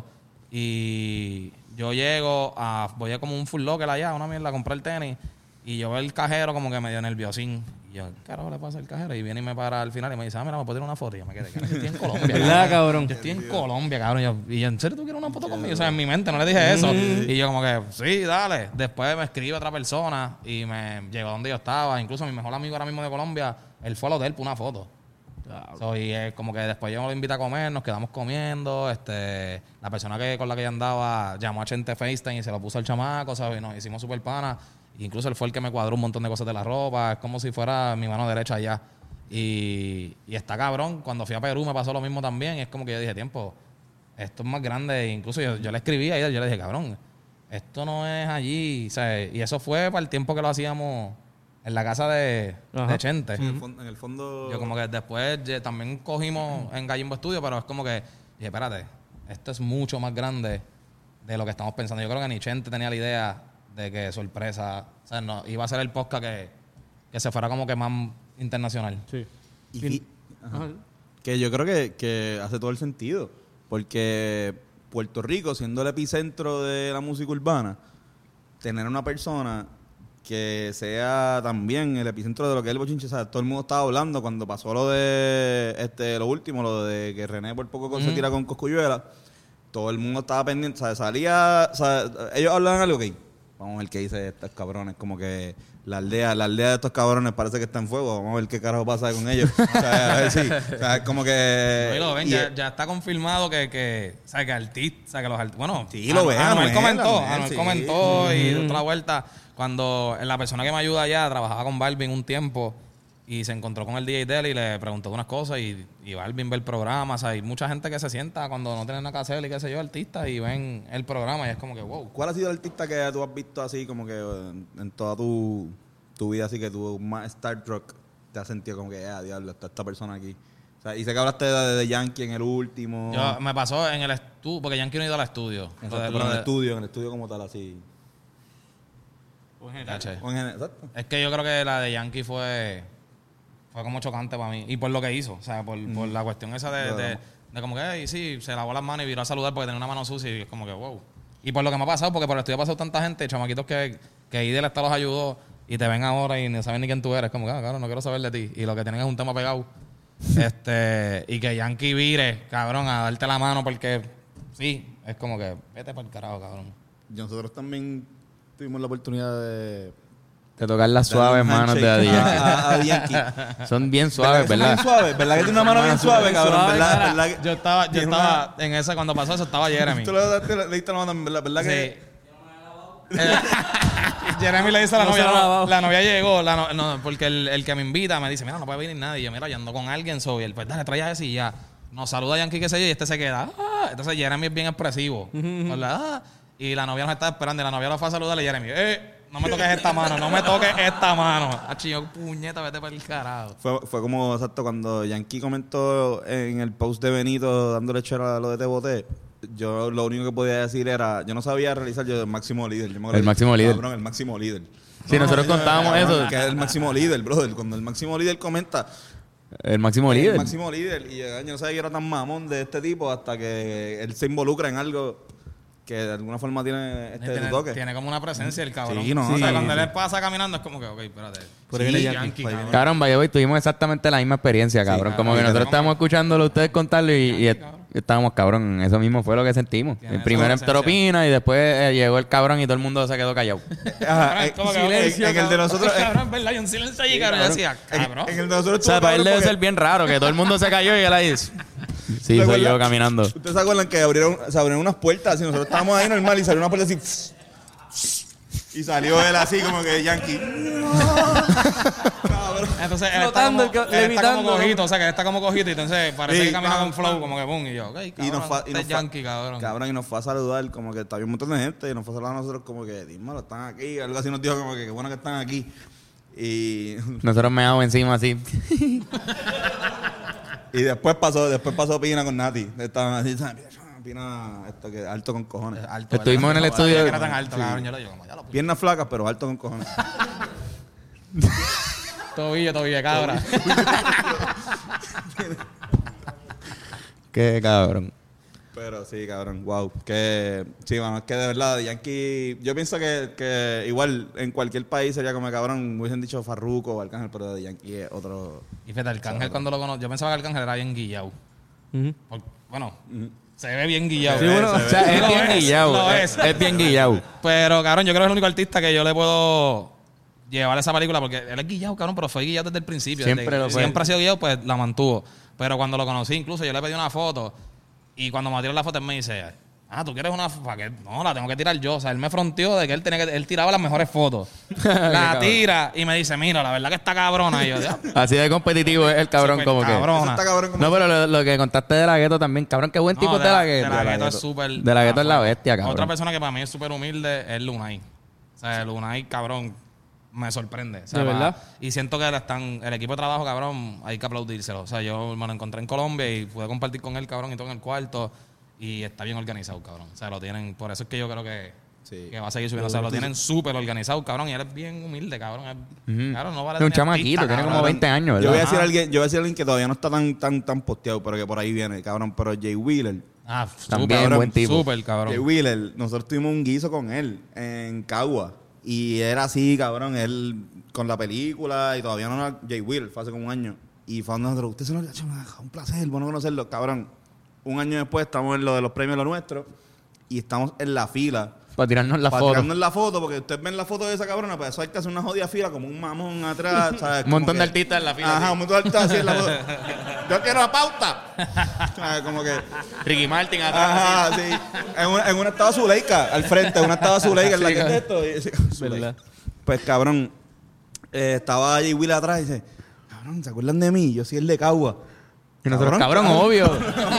Y yo voy a como un Full Locker allá, una mierda, a comprar tenis. Y yo veo el cajero como que medio nerviosín. Y yo, ¿qué carajo le pasa al cajero? Y viene y me para al final y me dice, mira, ¿me puedo tirar una foto? Y yo me quedé, yo estoy en Colombia. ¿Verdad, cabrón? Yo estoy en Colombia, cabrón. Y yo, ¿en serio tú quieres una foto conmigo? O sea, en mi mente no le dije eso. Y yo como que, sí, dale. Después me escribe otra persona y me llegó donde yo estaba. Incluso mi mejor amigo ahora mismo de Colombia, él fue al hotel por una foto. Y como que después yo me lo invité a comer, nos quedamos comiendo. La persona con la que yo andaba llamó a Chente FaceTime y se lo puso al chamaco, ¿sabes? Y nos hicimos súper pana. Incluso él fue el que me cuadró un montón de cosas de la ropa. Es como si fuera mi mano derecha allá. Y está cabrón. Cuando fui a Perú me pasó lo mismo también. Y es como que yo dije, tiempo, esto es más grande. Incluso yo le escribí a ella, yo le dije, cabrón, esto no es allí. O sea, y eso fue para el tiempo que lo hacíamos en la casa de Chente. Sí, en el fondo... Yo como que después también cogimos en Gallimbo Studio, pero es como que dije, espérate, esto es mucho más grande de lo que estamos pensando. Yo creo que ni Chente tenía la idea de que Sorpresa, o sea, no, iba a ser el podcast que se fuera como que más internacional. Sí. Que yo creo que hace todo el sentido. Porque Puerto Rico, siendo el epicentro de la música urbana, tener una persona que sea también el epicentro de lo que es el bochinche. O sea, todo el mundo estaba hablando cuando pasó lo de lo último, lo de que René por poco se tira con Cosculluela. todo el mundo estaba pendiente, ¿sabes? Salía, ¿sabes? Ellos hablaban algo, ok, vamos a ver qué dice estos cabrones, como que la aldea de estos cabrones parece que está en fuego, vamos a ver qué carajo pasa con ellos. O sea, a ver si, o sea, como que... No, lo ven, ya está confirmado que o sea, que artistas, o sea, que los artistas, bueno, sí, lo ven, Anuel comentó, sí. comentó y otra vuelta, cuando la persona que me ayuda allá trabajaba con Balvin un tiempo y se encontró con el DJ de él y le preguntó unas cosas y Balvin ve el programa, o sea, hay mucha gente que se sienta cuando no tienen nada que hacer y qué sé yo, artistas, y ven el programa y es como que wow. ¿Cuál ha sido el artista que tú has visto así como que en toda tu vida así que tú más starstruck te has sentido como que, diablo, está esta persona aquí? O sea, y sé que hablaste de Yankee en el último. Me pasó en el estudio, porque Yankee no ha ido al estudio. Exacto, pero en el estudio como tal, así. Exacto. Es que yo creo que la de Yankee fue como chocante para mí. Y por lo que hizo. O sea, por la cuestión esa de como que, sí, se lavó las manos y viró a saludar porque tenía una mano sucia y es como que, wow. Y por lo que me ha pasado, porque por el estudio ha pasado tanta gente, chamaquitos que Idel hasta los ayudó y te ven ahora y no saben ni quién tú eres. Como que, cabrón, no quiero saber de ti. Y lo que tienen es un tema pegado. Y que Yankee vire, cabrón, a darte la mano porque, sí, es como que, vete para el carajo, cabrón. Nosotros también tuvimos la oportunidad de tocar las suaves manos de Daddy Yankee. Son bien suaves, ¿verdad? Bien suaves, ¿verdad que tiene una mano bien suave, cabrón? ¿Verdad que yo estaba en esa, cuando pasó eso, estaba Jeremy. Tú le diste la mano, ¿verdad que? Sí. Jeremy le dice a la novia, la novia llegó, porque el que me invita me dice, mira, no puede venir nadie. Y yo, mira, yo ando con alguien, y él, pues dale, trae a ese y ya. Nos saluda a Yankee, qué sé yo, y este se queda. Entonces Jeremy es bien expresivo, ¿verdad? Y la novia nos está esperando y la novia lo fue a saludarle y Jeremy, no me toques esta mano, no me toques esta mano. Yo, puñeta, vete para el carajo. Fue como, exacto, cuando Yankee comentó en el post de Benito dándole chera a lo de Te Boté, yo lo único que podía decir era, yo no sabía realizar yo el máximo líder. El máximo líder. Cabrón, el máximo líder. Sí, nosotros contábamos eso. Que es el máximo líder, brother. Cuando el máximo líder comenta... El máximo líder. El máximo líder. Y yo no sabía que era tan mamón de este tipo hasta que él se involucra en algo que de alguna forma tiene toque. Tiene como una presencia el cabrón. Sí, no, o sea, cuando él pasa caminando es como que, ok, espérate. Por ahí Yankee, cabrón, vaya, hoy tuvimos exactamente la misma experiencia, cabrón. Como que nosotros estábamos escuchándolo a ustedes contarlo y estábamos, cabrón, eso mismo fue lo que sentimos. Primero entró Pina y después llegó el cabrón y todo el mundo se quedó callado. Silencio, en el de nosotros... Cabrón, ¿verdad? Hay un silencio allí, cabrón. Yo decía, cabrón. En el de nosotros... O sea, para él debe ser bien raro que todo el mundo se cayó y él ahí... Sí, soy yo caminando. ¿Ustedes se acuerdan que se abrieron unas puertas y nosotros estábamos ahí normal y salió una puerta así... Y salió él así como que Yankee. Entonces él está como cojito, o sea que él está como cojito y entonces parece que camina con flow como que boom y yo, ok, cabrón, y nos Yankee, cabrón. Cabrón, y nos fue a saludar como que había un montón de gente y nos fue a saludar a nosotros como que, dímelo, están aquí, algo así nos dijo como que qué bueno que están aquí. Y nosotros meamos encima así. Y después pasó Pina con Nati. Estaban así, Pina, que alto con cojones. Alto, estuvimos en el estudio. Que era tan alto, cabrón, yo lo digo, ya lo puse. Piernas flacas, pero alto con cojones. Tobillo, cabra. Qué cabrón. Pero sí, cabrón, wow. Sí, mano, es que de verdad, Yankee, yo pienso que igual en cualquier país sería como cabrón, hubiesen dicho Farruko o Arcángel, pero de Yankee es otro. Y fíjate, Arcángel cuando lo conocí, yo pensaba que Arcángel era bien guillado. Bueno, se ve bien guillado. Sí, bueno, o sea, es bien guillado. Es bien guillado. Pero, cabrón, yo creo que es el único artista que yo le puedo llevar a esa película porque él es guillado, cabrón, pero fue guillado desde el principio. Siempre ha sido guillado, pues la mantuvo. Pero cuando lo conocí, incluso yo le pedí una foto. Y cuando me tiró la foto, él me dice, ¿tú quieres una foto? No, la tengo que tirar yo. O sea, él me fronteó de que él tiraba las mejores fotos. La tira y me dice, mira, la verdad que está cabrona. Y yo, así de competitivo es el cabrón, como cabrona. que. No, pero lo que contaste de la Gueto también, cabrón, qué buen tipo es de la Gueto. De la Gueto es súper. De la Gueto es la bestia, cabrón. Otra persona que para mí es súper humilde es Lunay. O sea, Lunay, cabrón, me sorprende. O sea, ¿de verdad? Y siento que el equipo de trabajo, cabrón, hay que aplaudírselo. O sea, yo me lo encontré en Colombia y pude compartir con él, cabrón, y todo en el cuarto. Y está bien organizado, cabrón. O sea, lo tienen... Por eso es que yo creo que va a seguir subiendo. O sea, lo tienen súper organizado, cabrón. Y él es bien humilde, cabrón. Claro, no vale. Es un chamaquito, tiene como 20 años, ¿verdad? Yo voy a decir a alguien que todavía no está tan posteado, pero que por ahí viene, cabrón. Pero Jay Wheeler. También súper, buen tipo. Súper, cabrón. Jay Wheeler, nosotros tuvimos un guiso con él en Cagua. Y era así, cabrón. Él con la película y todavía no era Jay Wheeler. Fue hace como un año. Y fue donde nosotros, usted se lo ha hecho un placer, bueno conocerlo, cabrón. un año después estamos en lo de los premios Lo Nuestro y estamos en la fila. Para tirarnos la Para foto. tirarnos la foto, porque ustedes ven la foto de esa cabrona, pues eso hay que hacer una jodida fila como un mamón atrás, ¿sabes? Un montón de artistas en la fila. Ajá, un montón de artistas así en la foto. Yo quiero la pauta. ¿Sabes? Como que... Ricky Martin atrás. Ajá, sí. En una estaba Zuleika al frente, en una estaba Zuleika en la que es esto. ¿Verdad? Pues cabrón, estaba allí Will atrás y dice, cabrón, ¿se acuerdan de mí? Yo soy el de Cagua. Y nosotros, cabrón, obvio.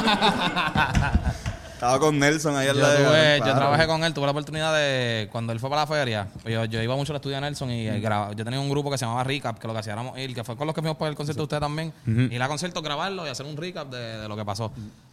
Estaba con Nelson ahí al lado. Yo trabajé con él, tuve la oportunidad de, cuando él fue para la feria, pues yo iba mucho al estudio de Nelson y yo tenía un grupo que se llamaba Recap, que lo que hacíamos ir, que fue con los que fuimos por el concierto de ustedes también, ir a concierto, grabarlo y hacer un recap de lo que pasó.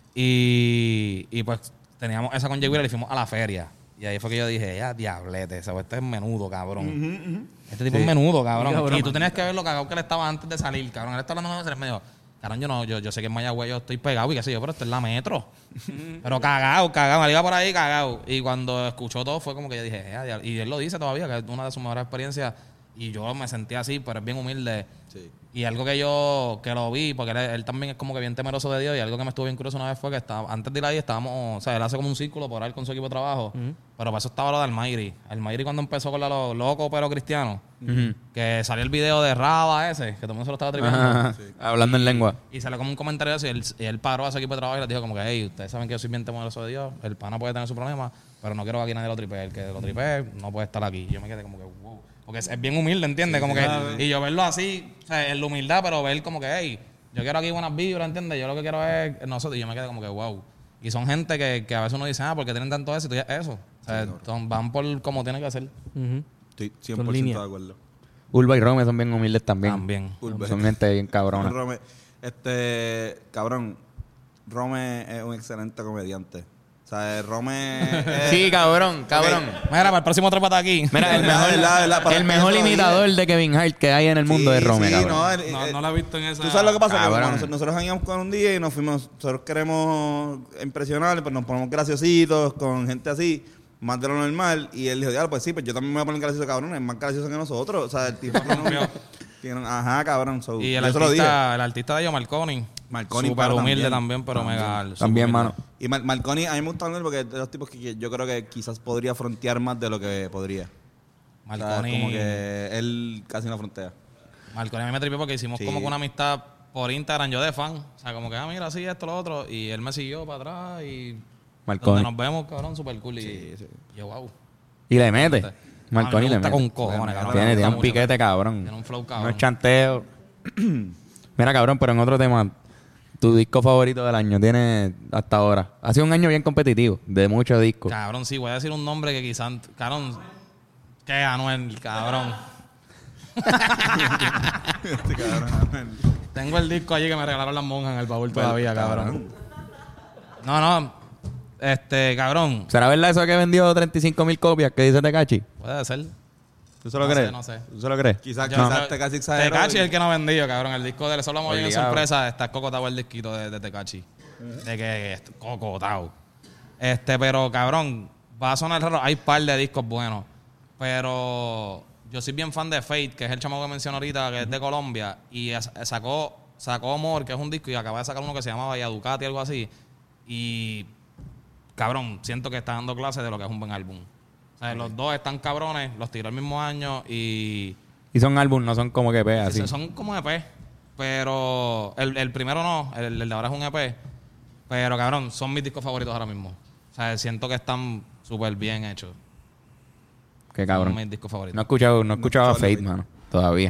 Y pues teníamos esa con Jay Wheeler y fuimos a la feria. Y ahí fue que yo dije, ya, diablete, este es menudo, cabrón. Este tipo es menudo, cabrón. Y tú tenías que ver lo cagado que él estaba antes de salir, cabrón. Él estaba hablando de me dijo, cabrón, yo sé que en Mayagüez yo estoy pegado y qué sé yo, pero esto es la metro. Pero cagado, me iba por ahí cagado. Y cuando escuchó todo fue como que yo dije, y él lo dice todavía, que es una de sus mejores experiencias. Y yo me sentí así, pero es bien humilde. Sí. Y algo que lo vi, porque él también es como que bien temeroso de Dios. Y algo que me estuvo bien curioso una vez fue que antes de ir ahí estábamos, o sea, él hace como un círculo por ahí con su equipo de trabajo. Pero para eso estaba lo de Almayri. Almayri cuando empezó con lo loco pero cristiano, que salió el video de Raba ese, que todo el mundo se lo estaba tripeando. Sí. Hablando en lengua. Y salió como un comentario así, y él paró a su equipo de trabajo y les dijo como que, hey, ustedes saben que yo soy bien temeroso de Dios, el pana puede tener su problema, pero no quiero que aquí nadie lo tripee. El que lo tripee no puede estar aquí. Y yo me quedé como que, wow. Porque es bien humilde, ¿entiendes? Como que, y yo verlo así, o sea, en la humildad, pero ver como que, hey, yo quiero aquí buenas vibras, ¿entiendes? Yo lo que quiero es nosotros. Y yo me quedé como que, wow. Y son gente que a veces uno dice, ¿por qué tienen tanto éxito? Y eso. O sea, van por como tienen que hacer. Estoy 100% de acuerdo. Ulva y Rome son bien humildes también. Ulva. Son gente bien cabrona. Rome, cabrón, Rome es un excelente comediante. O sea, Rome es... Sí, cabrón. Okay. Mira, para el próximo trépate aquí. Mira, el mejor imitador de Kevin Hart que hay en el mundo es Rome, cabrón. No la he visto en esa... ¿Tú sabes lo que pasa? Que nosotros hangamos con un día y nos fuimos... Nosotros queremos impresionar, pues nos ponemos graciositos con gente así, más de lo normal. Y él dijo, ya, pues sí, pues yo también me voy a poner gracioso, cabrón. Es más gracioso que nosotros. O sea, el tipo... Ajá, cabrón. Y el artista de ellos, Marconi, súper humilde también, pero mega... También, mano. Y Marconi, a mí me gusta hablar porque es de los tipos que yo creo que quizás podría frontear más de lo que podría. Marconi... O sea, como que él casi no frontea. Marconi a mí me tripió porque hicimos como que una amistad por Instagram, yo de fan. O sea, como que, mira, sí, esto, lo otro. Y él me siguió para atrás y... Marconi. Donde nos vemos, cabrón, súper cool. Y yo, wow. Y le mete. Marconi le mete. Con cojones, cabrón. Tiene un piquete, cabrón. Tiene un flow, cabrón. No es chanteo. Mira, cabrón, pero en otro tema, tu disco favorito del año tiene hasta ahora. Ha sido un año bien competitivo, de muchos discos. Cabrón, sí, voy a decir un nombre que quizás... Cabrón, ¿qué Anuel, cabrón? Tengo el disco allí que me regalaron las monjas en el baúl todavía, cabrón. No, cabrón. ¿Será verdad eso que vendió 35,000 copias que dice Tekashi? Puede ser. ¿Tú se lo crees? No sé. ¿Tú se lo crees? Quizás Tekashi exageró. Tekashi es el que no ha vendido, cabrón. El disco de él solo hemos en sorpresa. Está cocotado el disquito de Tekashi. De que es cocotado. Pero, cabrón, va a sonar raro. Hay un par de discos buenos. Pero yo soy bien fan de Fate, que es el chamaco que mencioné ahorita, que es de Colombia. Y sacó Amor, que es un disco, y acaba de sacar uno que se llama Vaya Ducati, algo así. Y, cabrón, siento que está dando clase de lo que es un buen álbum. O sea, los dos están cabrones, los tiró el mismo año y... Y son álbumes, no son como que EP, así. Son como EP, pero el primero no, el de ahora es un EP. Pero, cabrón, son mis discos favoritos ahora mismo. O sea, siento que están súper bien hechos. Qué cabrón. Son mis discos favoritos. No he escuchado a Fate, mano, todavía.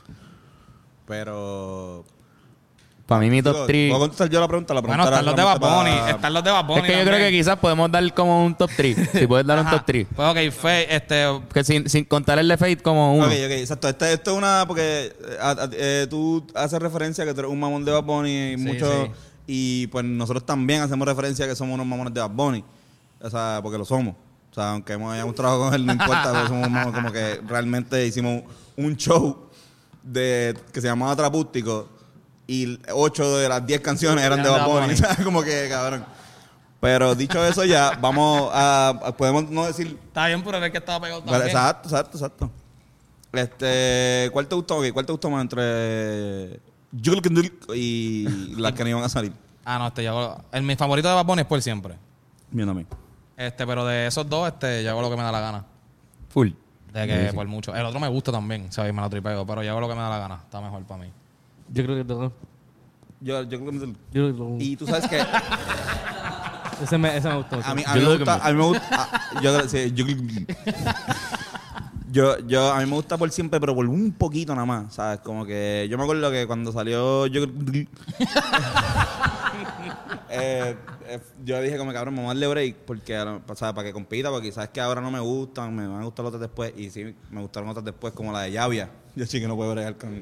Pero... Para mí mi top 3... ¿Puedo contestar yo la pregunta? Bueno, están los de Bad Bunny. Están los de Bad Bunny. Es que yo creo que quizás podemos dar como un top 3. Si puedes dar un top 3. Pues ok, Fate, Que sin contar el de Fate como uno. Ok, exacto. Esto es una... Porque tú haces referencia a que tú eres un mamón de Bad Bunny y mucho... Sí. Y pues nosotros también hacemos referencia a que somos unos mamones de Bad Bunny. O sea, porque lo somos. O sea, aunque hayamos trabajado con él, no importa. Pero somos mamones, como que realmente hicimos un show que se llamaba Trapústico. Y 8 de las 10 canciones eran de Bad Bunny. O sea, como que, cabrón. Pero dicho eso ya, vamos a... Podemos no decir... Está bien, pero es que estaba pegado también. Exacto. ¿Cuál te gustó? Okay, ¿cuál te gustó más entre... y las que no iban a salir? Mi favorito de Bad Bunny es Por Siempre. Mío también. Pero de esos dos, yo hago lo que me da la gana. Full. De que por mucho. El otro me gusta también, ¿sabes? Me lo tripeo, pero yo hago lo que me da la gana. Está mejor para mí. Yo creo que... Yo creo que... Y tú sabes que... ese me gustó. A mí me gusta... A mí me gusta Por Siempre, pero por un poquito nada más, ¿sabes? Como que yo me acuerdo que cuando salió yo dije como cabrón, vamos a darle break porque, o sea, para que compita, porque sabes que ahora no me gustan, me van a gustar otras después y sí, me gustaron otras después como la de Llavia. Yo sí que no puedo bregar con...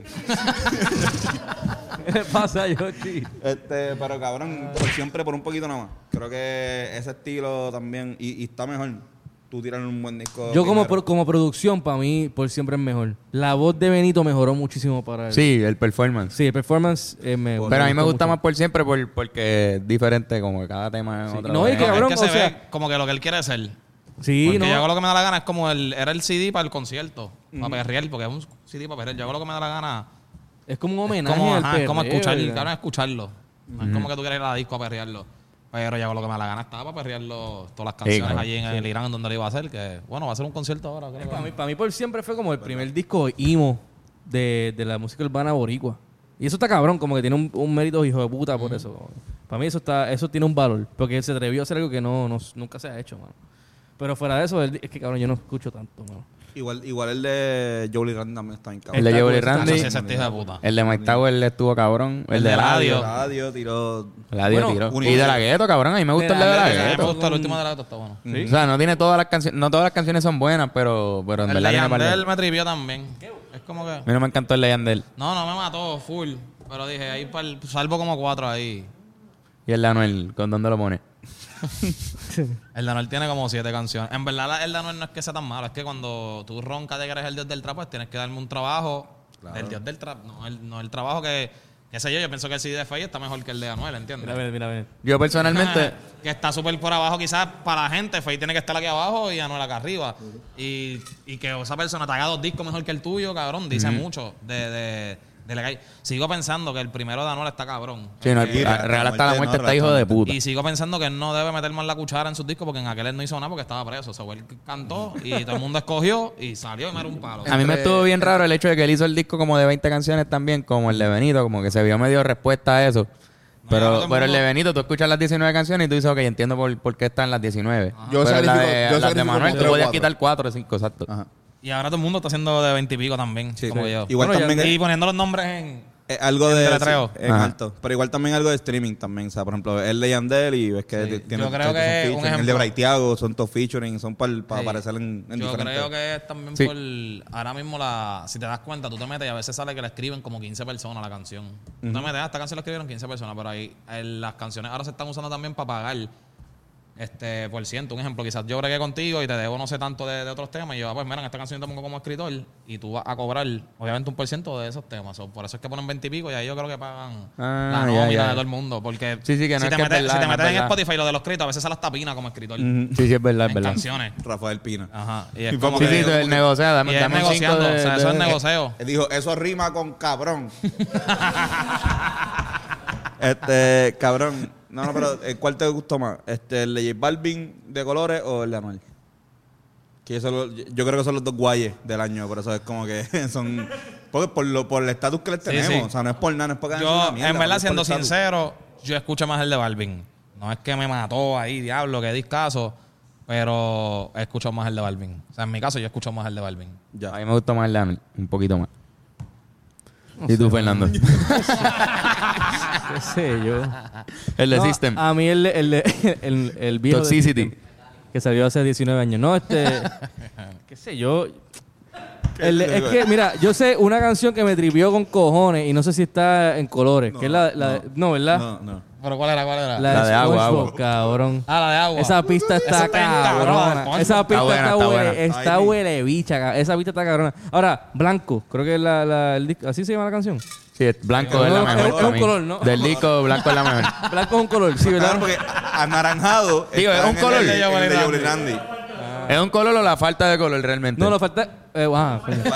¿Qué le pasa, Yoshi? Pero cabrón, Por Siempre por un poquito nada más. Creo que ese estilo también y está mejor. Tú tiras un buen disco. Yo como producción, para mí, Por Siempre es mejor. La voz de Benito mejoró muchísimo para él. Sí, el performance. Sí, el performance Pero a mí me gusta mucho más Por Siempre porque es diferente, como que cada tema es otra. No, y que cabrón, es que se ve como que lo que él quiere ser. Sí, porque yo hago lo que me da la gana, es como era el CD para el concierto, para perrear, porque es un CD para perrear. Yo hago lo que me da la gana. Es como un homenaje al perreo. Es como escucharlo. No es como que tú quieres ir a la disco a perrearlo. Pero ya con lo que me da la gana estaba para perrearlo todas las canciones allí en el Irán donde lo iba a hacer, que bueno, va a ser un concierto ahora. Para mí Por Siempre fue como el primer disco emo de la música urbana boricua. Y eso está cabrón, como que tiene un mérito hijo de puta por eso. Para mí eso tiene un valor, porque él se atrevió a hacer algo que nunca se ha hecho, mano. Pero fuera de eso, es que cabrón, yo no escucho tanto, mano. Igual el de Jolie Randy también está en cabrón. El de Jolie Randy. El de Mike Tower estuvo cabrón. El de Eladio tiró. Y de la Gueto, cabrón. A mí me gusta el de la Gueto. Me gusta el último de la Gueto, está bueno. ¿Sí? O sea, no tiene todas las canciones. No todas las canciones son buenas, pero en verdad tiene El de Yandel me trivió también. Es como que... A mí no me encantó el de Yandel. No me mató full. Pero dije, ahí salvo como 4 ahí. ¿Y el de Anuel? ¿Con dónde lo pone? El de Anuel tiene como 7 canciones. En verdad, el de Anuel no es que sea tan malo. Es que cuando tú roncas de que eres el dios del trap, pues tienes que darme un trabajo del dios del trap. No el trabajo que qué sé yo pienso que el CD de Faye está mejor que el de Anuel, ¿entiendes? Mira. Yo personalmente... que está súper por abajo quizás para la gente. Faye tiene que estar aquí abajo y Anuel acá arriba. Y que esa persona te haga 2 discos mejor que el tuyo, cabrón, dice mucho de la calle. Sigo pensando que el primero de Anuel está cabrón. Sí, no, Real hasta la muerte está hijo de puta. Y sigo pensando que él no debe meter más la cuchara en sus discos porque en aquel él no hizo nada porque estaba preso. O sea, él cantó y todo el mundo escogió y salió y me era un palo. A mí me estuvo bien raro el hecho de que él hizo el disco como de 20 canciones también, como el de Benito, como que se vio medio respuesta a eso. Pero el de Benito, tú escuchas las 19 canciones y tú dices, ok, entiendo por qué están las 19. Yo pero las de Manuel, tú podías 4. quitar 4 o 5, exacto. Ajá. Y ahora todo el mundo está haciendo de 20 y pico también, como yo. Igual también y poniendo los nombres en... algo de letreo. En alto. Pero igual también algo de streaming también. O sea, por ejemplo, el de Yandel y ves que tiene yo creo que un el de Braithiago son todos featuring, son para aparecer en yo diferentes... creo que es también por ahora mismo si te das cuenta, tú te metes y a veces sale que la escriben como 15 personas la canción. Tú te metes, esta canción la escribieron 15 personas, pero ahí las canciones ahora se están usando también para pagar por ciento. Un ejemplo, quizás yo bregué contigo y te debo no sé tanto de otros temas y yo, pues mira, en esta canción te pongo como escritor y tú vas a cobrar obviamente un por ciento de esos temas. Por eso es que ponen 20 y pico y ahí yo creo que pagan la nómina de todo el mundo. Porque que no si te metes en Spotify lo de los escritos, a veces sale hasta Pina como escritor. Sí, es verdad, es verdad. Canciones. Rafael Pina. Ajá. Y es como el negocio, dame negociando, o sea, eso es negocio. Él dijo, eso rima con cabrón. Cabrón. No, pero ¿cuál te gustó más? ¿El de J Balvin de Colores o el de Anuel? Que yo creo que son los 2 guayes del año, por eso es como que son... Porque por el estatus que les tenemos, sí. O sea, no es por nada, no es porque... Yo, en verdad, siendo sincero, yo escucho más el de Balvin. No es que me mató ahí, diablo, que discaso, pero escucho más el de Balvin. O sea, en mi caso, yo escucho más el de Balvin. Ya. A mí me gusta más el de Anuel, un poquito más. ¿Y tú, Fernando? ¿Qué sé yo? El de System. A mí el viejo Toxicity. Que salió hace 19 años. No, qué sé yo. Es que, mira, yo sé una canción que me tripió con cojones y no sé si está en Colores. Que es no, ¿verdad? No. ¿Pero cuál era? La de agua. Cabrón. La de agua. Esa pista está cabrona. Esa pista está huele bicha. Esa pista está cabrona. Ahora, Blanco. Creo que el disco. ¿Así se llama la canción? Sí, Blanco es la mejor. Es un color, ¿no? Del disco, Blanco es la mejor. Blanco es un color, sí, ¿verdad? Claro, porque anaranjado... Digo, es un color. El de Jolie Randy. ¿Es un color o la falta de color realmente? No, falta...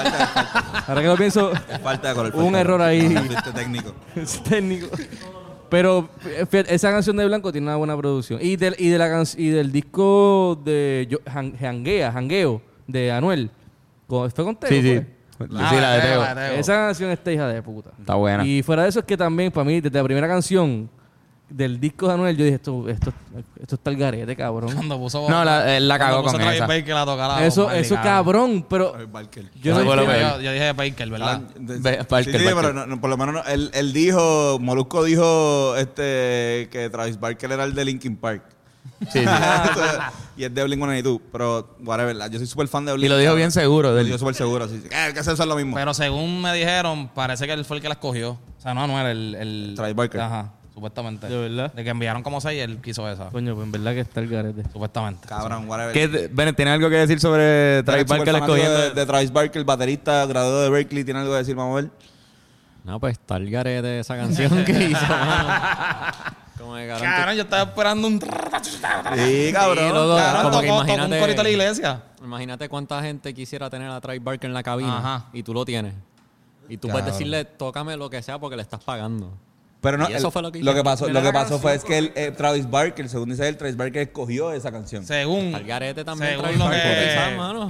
Ahora que lo pienso... Falta de color. Un error ahí. Técnico. Técnico. Pero fíjate, esa canción de Blanco tiene una buena producción. Y del disco de Jangueo, de Anuel. ¿Fue con Tego? Sí. Ah, Sí, la de Tego. Esa canción está hija de puta. Está buena. Y fuera de eso es que también, para mí, desde la primera canción del disco de Anuel, yo dije, esto está el garete, cabrón. Cuando puso... No, él la cagó con Travis esa. Baker la tocara. Eso cabrón, pero yo Eso no fue lo entiendo. Yo dije Baker, ¿verdad? Parker, Sí, Parker. pero por lo menos él dijo, Molusco dijo que Travis Barker era el de Linkin Park. Sí. Y es de Blink-182, pero whatever, yo soy súper fan de Blink. Y lo dijo bien seguro. Lo dijo súper seguro, sí. Que eso es lo mismo. Pero según me dijeron, parece que él fue el que la escogió. O sea, no era el... Travis Barker. Ajá, supuestamente. ¿De verdad? De que enviaron como 6 y él quiso esa. Coño, pues en verdad que está el garete. Supuestamente. Cabrón, whatever. Bennett, ¿tienes algo que decir sobre Travis Súper Barker fanático escogiendo? de Travis Barker, el baterista graduado de Berkeley, ¿tiene algo que decir? Vamos a ver. No, pues está el garete esa canción que hizo, mano. Como de garante. Cabrón, yo estaba esperando un... Sí, cabrón. loco, Cabrón, como que tocó un imagínate- corito a la iglesia. Imagínate cuánta gente quisiera tener a Travis Barker en la cabina Ajá. y tú lo tienes. Y tú puedes decirle, tócame lo que sea porque le estás pagando. Pero no, Y eso fue lo que lo que hicieron. pasó, lo que pasó fue es que Travis Barker, según dice él, Travis Barker escogió esa canción. Según... Al garete también Según Travis lo Barker, que- quizás, mano.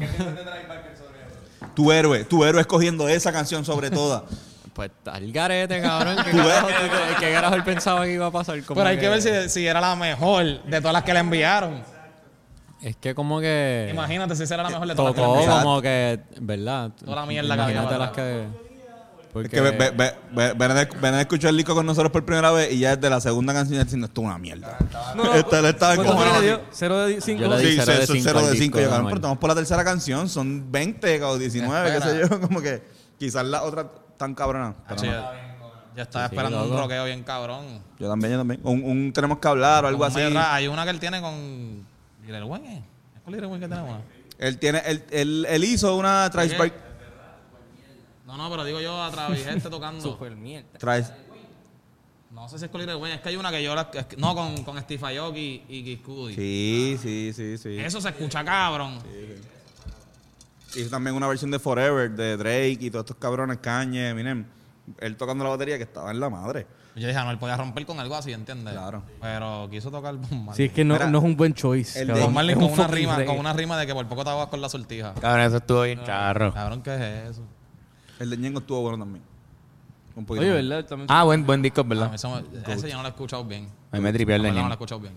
Tu héroe escogiendo esa canción sobre todas. Pues al garete, cabrón. ¿Qué carajo él pensaba que iba a pasar? Como Pero hay que ver si era la mejor de todas las que le enviaron. Es que como que... Imagínate si esa era la mejor de todas las que le Tocó enviaron. como que... ¿Verdad? Toda la mierda que había Imagínate para las que... Porque... Es que Benet escuchó el disco con nosotros por primera vez y ya desde la segunda canción ya diciendo, esto es una mierda. Él estaba ¿Cuánto encojonado. le dio? 0 de 5. Yo le di Sí, 0 de 5 0 al de 5. disco de Pero Anuel. estamos por la tercera canción, son 20 o 19, qué sé yo. Como que quizás la otra tan cabrona. Pero Sí, no. yo estaba esperando un roqueo bien cabrón. Yo también. Un tenemos que hablar o algo así. Hay una que él tiene con Lil Wayne. ¿Es con Lil Wayne que tiene una? Él hizo una Travis ¿Qué? Barker. No, pero digo yo a Travis gente tocando. Super mierda. Travis. No sé si es con Lil Wayne, es que hay una que yo no, con Steve Aoki y Kid Cudi. Sí. Eso se escucha cabrón. Hizo también una versión de Forever, de Drake y todos estos cabrones, Kanye, Eminem. Él tocando la batería que estaba en la madre. Yo dije, no, él podía romper con algo así, ¿entiendes? Claro. Pero quiso tocar Bob Marley. Sí, es que no es un buen choice. el cabrón. Bob Marley Es con un una fucking rima, reggae. con una rima de que por poco te vas con la sortija. Cabrón, eso estuvo bien charro. Cabrón, ¿qué es eso? El de Ñengo estuvo bueno también. Un poquito. Oye, más. ¿verdad? También Buen disco, A mí ¿verdad? ese yo no lo he escuchado bien. A mí me tripió el La de verdad no lo he Ñengo. escuchado bien.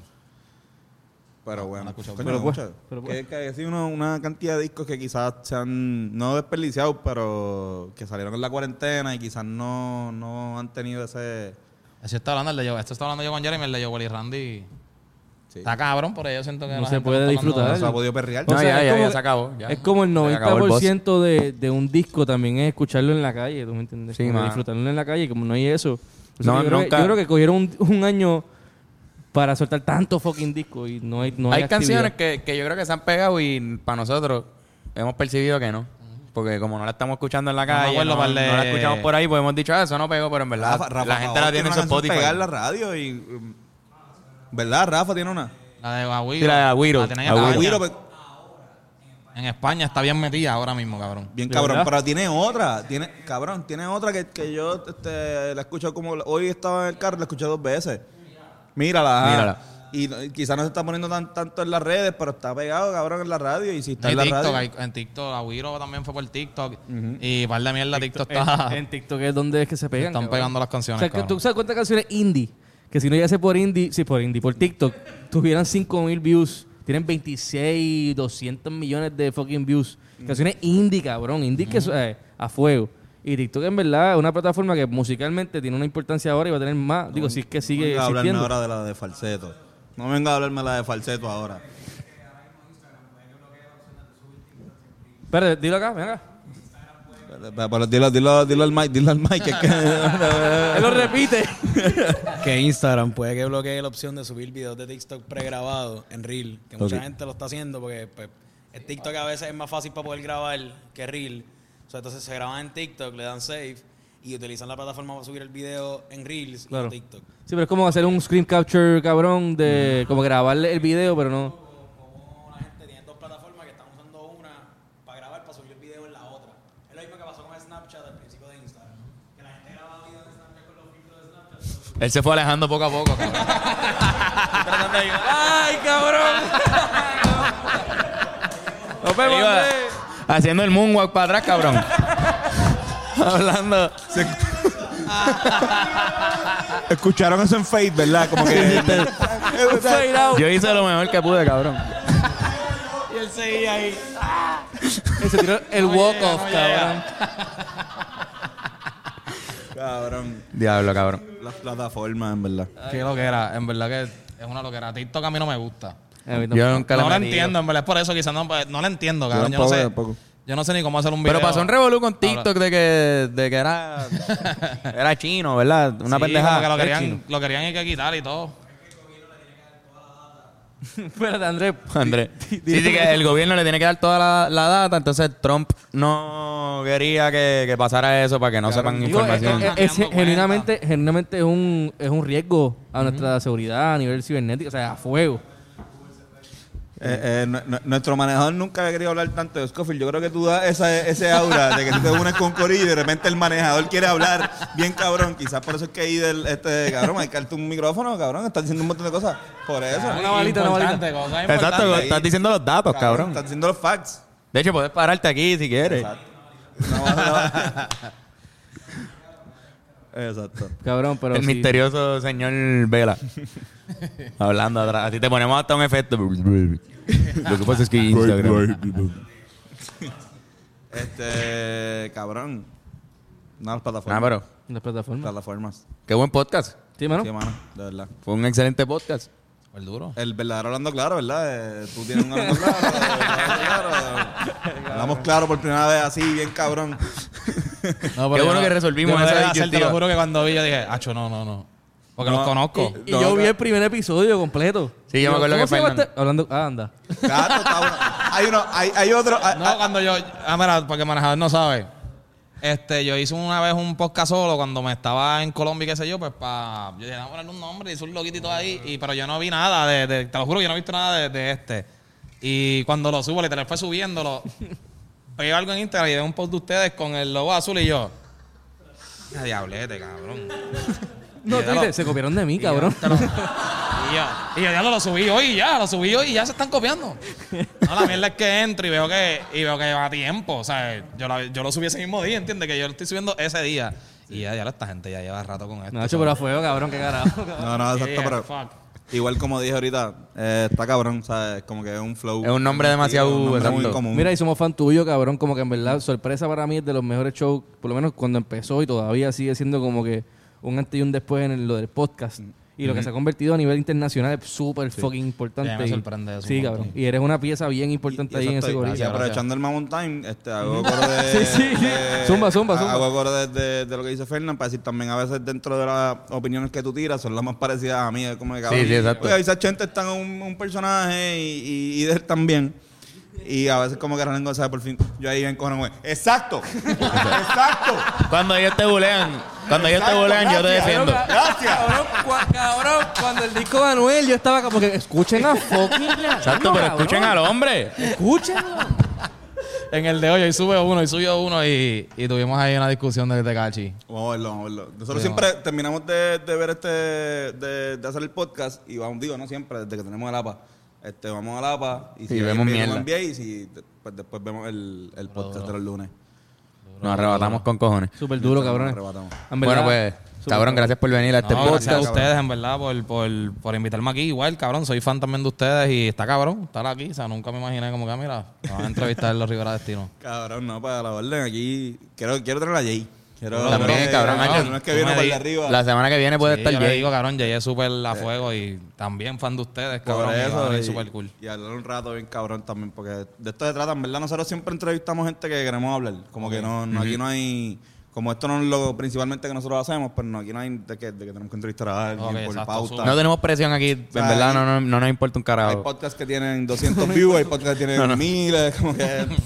Pero bueno. no he escuchado. Coño, Pero pues, mucho. pero pues. Que sí, una cantidad de discos que quizás se han no desperdiciado, pero que salieron en la cuarentena y quizás no han tenido ese... Así está hablando el de yo. Esto está hablando yo con Jeremy, el de yo, Willy Randy. Sí. Está cabrón, pero yo siento que No la se gente puede está disfrutar. hablando No se ha podido perrear. No, O sea, es ya como- se acabó. ya. Es como el Se acabó el boss. 90% de un disco también es escucharlo en la calle, ¿tú me entiendes? Sí, Como mano. disfrutarlo en la calle, como no hay eso. O sea, No, yo, creo nunca- yo creo que cogieron un año para soltar tanto fucking disco y no hay Hay canciones actividad. que yo creo que se han pegado y para nosotros hemos percibido que no. Porque como no la estamos escuchando en la me calle, acuerdo no, para el de- no la escuchamos por ahí, pues hemos dicho, eso no pegó, pero en verdad la gente la tiene en su Spotify. pegar la radio y... ¿Verdad? Rafa tiene una. La de Agüiro. Sí, la de Agüiro. La tienen en Agüiro. España. Agüiro, pues, En España está bien metida ahora mismo, cabrón. bien ¿De cabrón, verdad? pero tiene otra. Tiene otra que yo la he escuchado como... Hoy estaba en el carro, la escuché 2 veces. Mírala. ajá. Mírala. Y quizás no se está poniendo tanto en las redes, pero está pegado, cabrón, en la radio. Y si está en En la TikTok, radio... en TikTok, Agüiro también fue por TikTok. Y par de mierda, TikTok está... En TikTok es donde es que se pegan. Están cabrón. pegando las O canciones, sea, que cabrón. tú sabes cuántas canciones indie, que si no llegase por indie, por TikTok, tuvieran 5,000 views. Tienen 26, 200 millones de fucking views. Canciones indie, cabrón. Indie que a fuego. Y TikTok en verdad es una plataforma que musicalmente tiene una importancia ahora y va a tener más. Digo, si es que sigue venga a hablarme existiendo. ahora de la de falseto. No venga a hablarme de la de falseto ahora. Espérate, dilo acá, venga. Pero dilo al mic, que es que... Él lo repite. Que Instagram puede que bloquee la opción de subir videos de TikTok pregrabados en Reel, que mucha gente lo está haciendo porque pues, el TikTok a veces es más fácil para poder grabar que Reel. O sea, entonces se graban en TikTok, le dan save y utilizan la plataforma para subir el video en Reels Claro. y en TikTok. Sí, pero es como hacer un screen capture, cabrón, de como grabarle el video, pero no. Como la gente tiene 2 plataformas que están usando una para grabar, para subir el video en la otra. Es lo mismo que pasó con Snapchat al principio de Instagram. Que la gente grababa videos de Snapchat con los filtros de Snapchat, pero Él se fue alejando poco a poco, cabrón. ¡Ay, cabrón! Nos vemos, Iba Andrés. haciendo el moonwalk para atrás, cabrón. Hablando. Escucharon eso en Fate, ¿verdad? Como que... Fade out. Yo hice lo mejor que pude, cabrón. Y él seguía ahí. Se tiró el walk-off, cabrón. Cabrón. Diablo, cabrón. Las plataformas, en verdad. Qué loquera. En verdad que es una loquera. TikTok a mí no me gusta. Yo nunca No le lo metí. entiendo, en verdad. Es por eso quizás no lo entiendo, cabrón. Yo tampoco, no sé. tampoco. Yo no sé ni cómo hacer un video. Pero pasó un revolú con TikTok de que era chino, ¿verdad? Una Sí, pendejada. como que Es chino. lo querían ir que quitar y todo. Espérate, Andrés. Andrés. Sí, que el gobierno le tiene que dar toda la data, entonces Trump no quería que pasara eso para que no sepan Digo, información. genuinamente es un riesgo a nuestra seguridad a nivel cibernético, o sea, a fuego. Nuestro manejador nunca había querido hablar tanto de Scofield. Yo creo que tú das ese aura de que tú te unes con Corillo y de repente el manejador quiere hablar bien cabrón. Quizás por eso es que ahí cabrón, hay que darte un micrófono, cabrón. Estás diciendo un montón de cosas. Por eso. Una balita. Importante, cosas Exacto, importantes. estás diciendo los datos, cabrón. Estás diciendo los facts. De hecho, puedes pararte aquí si quieres. Exacto. Cabrón, pero El sí. misterioso señor Vela. Hablando atrás. Así te ponemos hasta un efecto. Lo que pasa es que Instagram. Cabrón. No, las Ah, plataformas. pero Las plataformas. Plataformas. qué buen podcast. Sí, mano. Sí, mano, de verdad. Fue un excelente podcast. El duro. El verdadero hablando claro, ¿verdad? Tú tienes un hablando claro. Hablamos claro por primera vez así, bien cabrón. No, Qué bueno que resolvimos esa Te lo disyuntiva. juro que cuando vi yo dije, acho, no. Porque No. los conozco. Y yo vi el primer episodio completo. Sí, yo me acuerdo ¿Cómo que se llama Fernan- Hablando... anda. Gato, está uno. Hay otro. No, cuando yo... mira, porque el manejador no sabe. Yo hice una vez un podcast solo cuando me estaba en Colombia y qué sé yo, pues yo dije, vamos a ponerle un nombre, hice un loguito y todo ahí, pero yo no vi nada te lo juro que yo no he visto nada de este. Y cuando lo subo, literal fue subiéndolo, veo algo en Instagram y veo un post de ustedes con el logo azul y yo, diablete, cabrón. No, tú dices, se copiaron de mí, cabrón. Y yo ya lo subí hoy y ya se están copiando. No, la mierda es que entro y veo que va a tiempo. O sea, yo lo subí ese mismo día, ¿entiendes? Que yo lo estoy subiendo ese día. Y ya esta gente ya lleva rato con esto. Nacho, pero a fuego, cabrón, qué carajo. No, exacto, Yeah, pero fuck. igual como dije ahorita, está cabrón, ¿sabes? Como que es un flow. Es un nombre demasiado un nombre muy exacto. común. Mira, y somos fan tuyo, cabrón. Como que en verdad, sorpresa para mí es de los mejores shows, por lo menos cuando empezó y todavía sigue siendo como que un antes y un después en lo del podcast. Y lo que se ha convertido a nivel internacional es súper fucking importante. Ya me Y- sorprende eso Sí, un cabrón. montón. Y eres una pieza bien importante ahí en ese Exacto, y corillo. aprovechando el Mammoth Time, hago coro de... Sí, sí. Zumba. Hago coro de lo que dice Fernan para decir también a veces dentro de las opiniones que tú tiras son las más parecidas a mí. Es como que, cabrón, Sí, exacto. oye, esa gente está en un personaje y de él también. Y a veces como que Rengo sabe por fin. Yo ahí en cojones, güey. ¡Exacto! ¡Exacto! Cuando ellos te bulean, yo te Gracias. defiendo. Gracias. Cabrón, cuando el disco de Anuel, yo estaba como que escuchen a fucking Exacto, pero escuchen al hombre. Escúchenlo. En el de hoy subió uno y tuvimos ahí una discusión de Tecachi. Vamos a verlo. Nosotros siempre terminamos de ver de hacer el podcast y vamos, no siempre, desde que tenemos el APA. Vamos al APA y Y vemos mierda. NBA y después vemos el podcast de los lunes. Nos arrebatamos con cojones. Súper duro, Nos cabrones. arrebatamos. En verdad, Bueno, pues, cabrón, gracias por venir a este No, gracias a podcast. ustedes, en verdad, por invitarme aquí. Igual, cabrón, soy fan también de ustedes y está cabrón estar aquí. O sea, nunca me imaginé como que, mira, me van a entrevistar en los Rivera Destino. Cabrón, no, para la orden aquí. Quiero tener a Jay. También, cabrón, Ángel. No es que Tú viene me para di- allá arriba. La semana que viene puede Sí, estar yo le Jay. digo, cabrón, Jay es súper a fuego y también fan de ustedes, Por cabrón. eso, Es súper cool. y hablar un rato bien cabrón también, porque de esto se trata, en verdad nosotros siempre entrevistamos gente que queremos hablar, como que no aquí no hay, como esto no es lo principalmente que nosotros hacemos, pues no, aquí no hay de que tenemos que entrevistar a alguien Ok, por exacto, pauta. No tenemos presión aquí. En sea, verdad, ahí- no nos importa un Hay carajo. podcasts que tienen 200 views, hay podcasts que tienen miles, como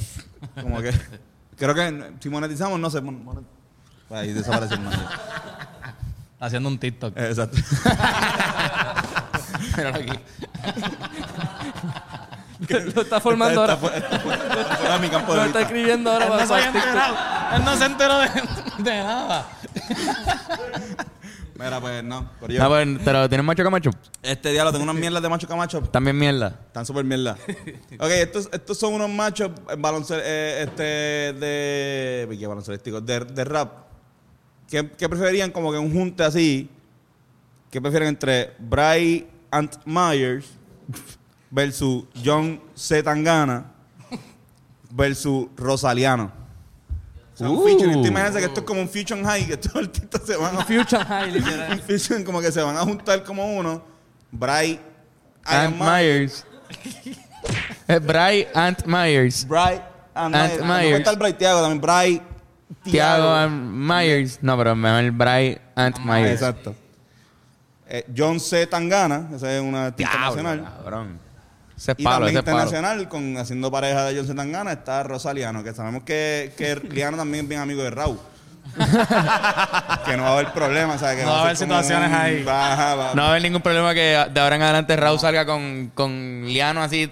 que creo que si monetizamos, no sé, ahí desapareció más. Haciendo un TikTok. Exacto. Míralo aquí. lo está formando ahora. Está fuera de mi campo de Lo está vista. escribiendo ahora Él no para se había TikTok. enterado. Él no se enteró de nada. Mira, pues no. No, pues, pero ¿tienes macho camacho? Este día lo tengo unas mierdas de macho camacho. También mierda. Están súper mierda. Ok, estos son unos machos ¿qué baloncelísticos? De rap. ¿Qué preferían como que un junte así? ¿Qué prefieren entre Bryant Myers versus John C. Tangana versus Rosaliano? O sea, un featuring. Imagínense que esto es como un Fusion High, que estos artistas se van a... Future High, literal. un Fusion como que se van a juntar como uno. Bryant Myers. Bryant Myers. Myers. Me gusta el Bryant Thiago también. Bryant Thiago Myers. No, pero mejor Bryant Myers. Exacto. John C. Tangana, esa es una artista nacional. Cabrón. Ese es Y palo, también ese es palo. internacional, haciendo pareja de John C. Tangana, está Rosaliano, que sabemos que Liano también es bien amigo de Raúl. Que no va a haber problemas, ¿sabes? Que No va a haber ser como situaciones ahí. No va a haber ningún problema que de ahora en adelante Raúl salga con Liano así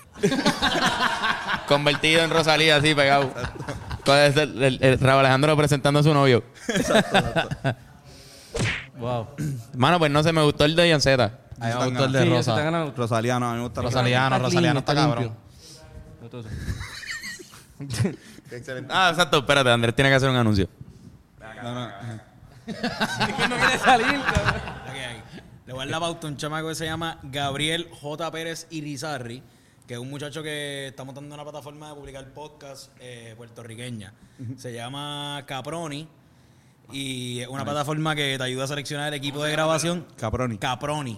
convertido en Rosalía, así pegado. Con el Raúl Alejandro presentando a su novio. Exacto. Wow. Mano, pues no sé, me gustó el de John Z. A mí me gustó el de Sí, ese Rosa. está ganando. Rosaliano, a mí me gusta Rosaliano está cabrón. Entonces, Excelente. Ah, exacto, espérate, Andrés tiene que hacer un anuncio. No. es que no quiere salir, cabrón. Le voy a dar la pauta a un chamaco que se llama Gabriel J. Pérez Irizarry, que es un muchacho que está montando una plataforma de publicar podcast puertorriqueña. Se llama Caproni y es una plataforma que te ayuda a seleccionar el equipo de grabación. Caproni. Caproni.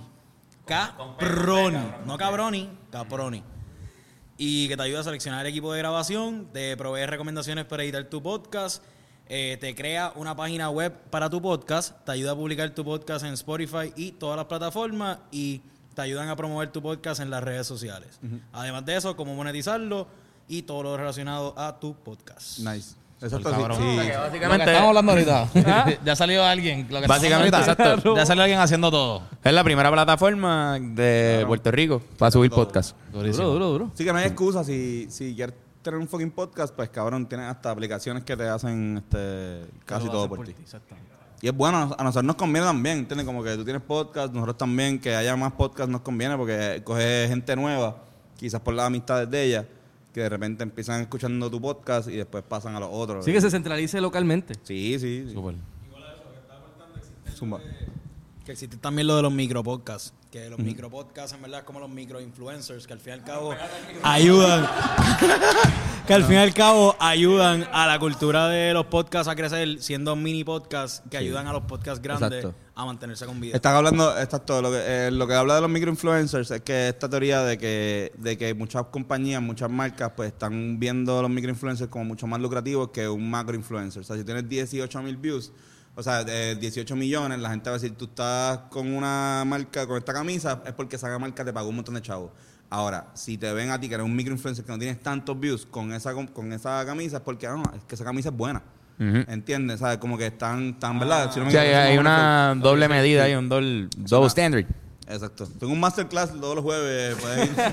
No Cabroni, Caproni. Y que te ayuda a seleccionar el equipo de grabación, te provee recomendaciones para editar tu podcast, te crea una página web para tu podcast, te ayuda a publicar tu podcast en Spotify y todas las plataformas y te ayudan a promover tu podcast en las redes sociales. Además de eso, cómo monetizarlo y todo lo relacionado a tu podcast. Nice. Exacto. Cabrón. Sí. Lo que Básicamente, estamos hablando ahorita. Ya salió alguien. Lo que Básicamente, estamos hablando ahorita, exacto. Ya salió alguien haciendo todo. es la primera plataforma de Puerto Rico para subir podcast. Duro. Sí que no hay excusa. Si quieres tener un fucking podcast, pues cabrón, tienes hasta aplicaciones que te hacen casi todo por ti. Exactamente. Y es bueno, a nosotros nos conviene también, ¿entiendes? Como que tú tienes podcast, nosotros también, que haya más podcast nos conviene porque coge gente nueva, quizás por las amistades de ella, que de repente empiezan escuchando tu podcast y después pasan a los otros. Sí, que se centralice localmente. Sí. Súper. Zumba. Que existe también lo de los micropodcasts. Que los micropodcasts en verdad es como los microinfluencers, que al fin y al cabo ayudan. Que al fin y al cabo ayudan a la cultura de los podcasts a crecer, siendo mini podcasts que ayudan a los podcasts grandes Exacto. a mantenerse con vida. Están hablando, exacto, lo que habla de los microinfluencers es que esta teoría de que muchas compañías, muchas marcas, pues están viendo a los microinfluencers como mucho más lucrativos que un macroinfluencer. O sea, si tienes 18,000 views, o sea, 18 millones, la gente va a decir, tú estás con una marca, con esta camisa, es porque esa marca te pagó un montón de chavos. Ahora, si te ven a ti que eres un microinfluencer que no tienes tantos views con esa camisa, es porque es que esa camisa es buena. ¿Entiendes? ¿Sabes? Como que están ¿verdad? Si no me Sí, equivoco, hay es una doble medida, hay un double standard. Exacto. Tengo un masterclass todos los jueves. Puedes ir.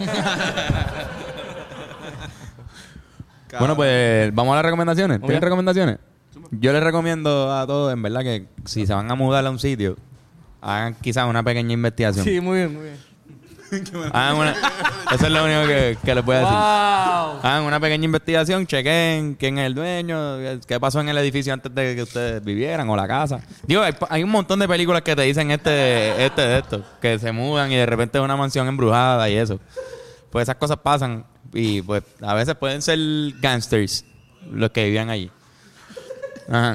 Bueno, pues vamos a las recomendaciones. Muy ¿Tienen bien. recomendaciones? Yo les recomiendo a todos, en verdad, que si se van a mudar a un sitio, hagan quizás una pequeña investigación. Sí, muy bien. Eso es lo único que les voy a decir. ¡Wow! Hagan una pequeña investigación, chequen quién es el dueño, qué pasó en el edificio antes de que ustedes vivieran o la casa. Digo, hay un montón de películas que te dicen de esto, que se mudan y de repente es una mansión embrujada y eso. Pues esas cosas pasan y pues a veces pueden ser gangsters los que vivían allí. Ajá.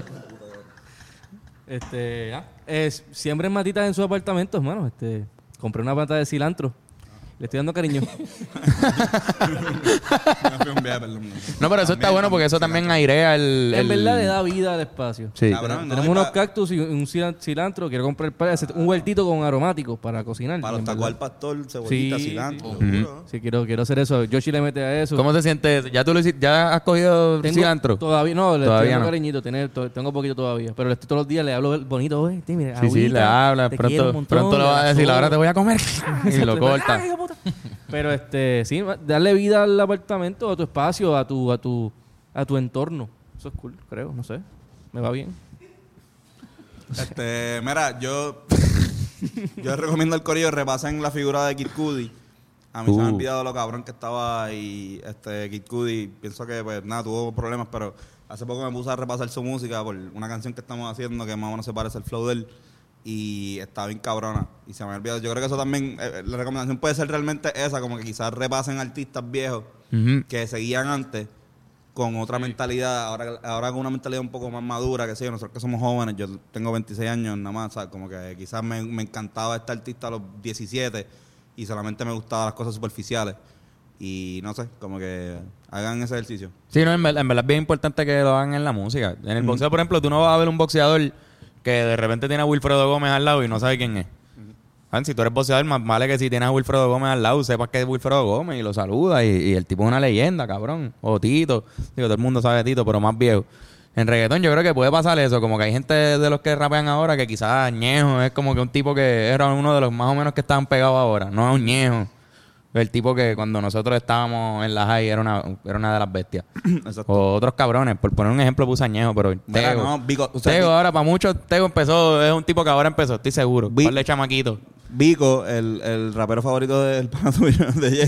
Siembren matitas en sus apartamentos, hermano. Compré una mata de cilantro. Le estoy dando cariño. No, pero eso está bueno porque eso también airea En verdad le da vida al espacio. Sí. Cabrón, Tenemos unos cactus y un cilantro. Quiero comprar un huertito con aromáticos para cocinar. Para los En tacos verdad. al pastor, cebollita, Sí, cilantro. sí. seguro. Sí, quiero hacer eso. Yoshi le mete a eso. ¿Cómo se siente? ¿Ya tú lo hiciste? ¿Ya has cogido cilantro? Todavía no, le Todavía estoy dando no. cariñito. Tengo poquito todavía. Pero todos los días le hablo bonito. Oye, mira, Sí, agüita, le hablas. te quiero un montón, Pronto lo vas a decir, abrazo. ahora te voy a comer. Y lo corta. Ay, hijo de puta. Pero sí, darle vida al apartamento, a tu espacio, a tu entorno. Eso es cool, creo, no sé. Me va bien. Mira, yo recomiendo al corillo repasen la figura de Kid Cudi. A mí se me ha olvidado lo cabrón que estaba ahí Kid Cudi. Pienso que, pues, nada, tuvo problemas, pero hace poco me puse a repasar su música por una canción que estamos haciendo que más o menos se parece al flow de él. Y estaba bien cabrona. Y se me ha olvidado. Yo creo que eso también, la recomendación puede ser realmente esa, como que quizás repasen artistas viejos que seguían antes con otra mentalidad, ahora con una mentalidad un poco más madura, que sé yo, nosotros que somos jóvenes, yo tengo 26 años nada más, ¿sabes? Como que quizás me encantaba este artista a los 17 y solamente me gustaban las cosas superficiales. Y no sé, como que hagan ese ejercicio. Sí, no, en verdad es bien importante que lo hagan en la música. En el boxeo, por ejemplo, tú no vas a ver un boxeador que de repente tiene a Wilfredo Gómez al lado y no sabe quién es. Si tú eres boxeador, más vale que si tienes a Wilfredo Gómez al lado, sepas que es Wilfredo Gómez y lo saludas. Y el tipo es una leyenda, cabrón. O Tito. Digo, todo el mundo sabe de Tito, pero más viejo. En reggaetón yo creo que puede pasar eso. Como que hay gente de los que rapean ahora que quizás Ñejo es como que un tipo que era uno de los más o menos que estaban pegados ahora. No es un Ñejo. El tipo que cuando nosotros estábamos en la high era una de las bestias. Exacto. O otros cabrones. Por poner un ejemplo puse a Ñejo, pero Mira, Tego. no, Vico, Tego ahora para muchos, Tego empezó, es un tipo que ahora empezó, estoy seguro. Un par de chamaquitos. Vico, el rapero favorito del pana tuyo, de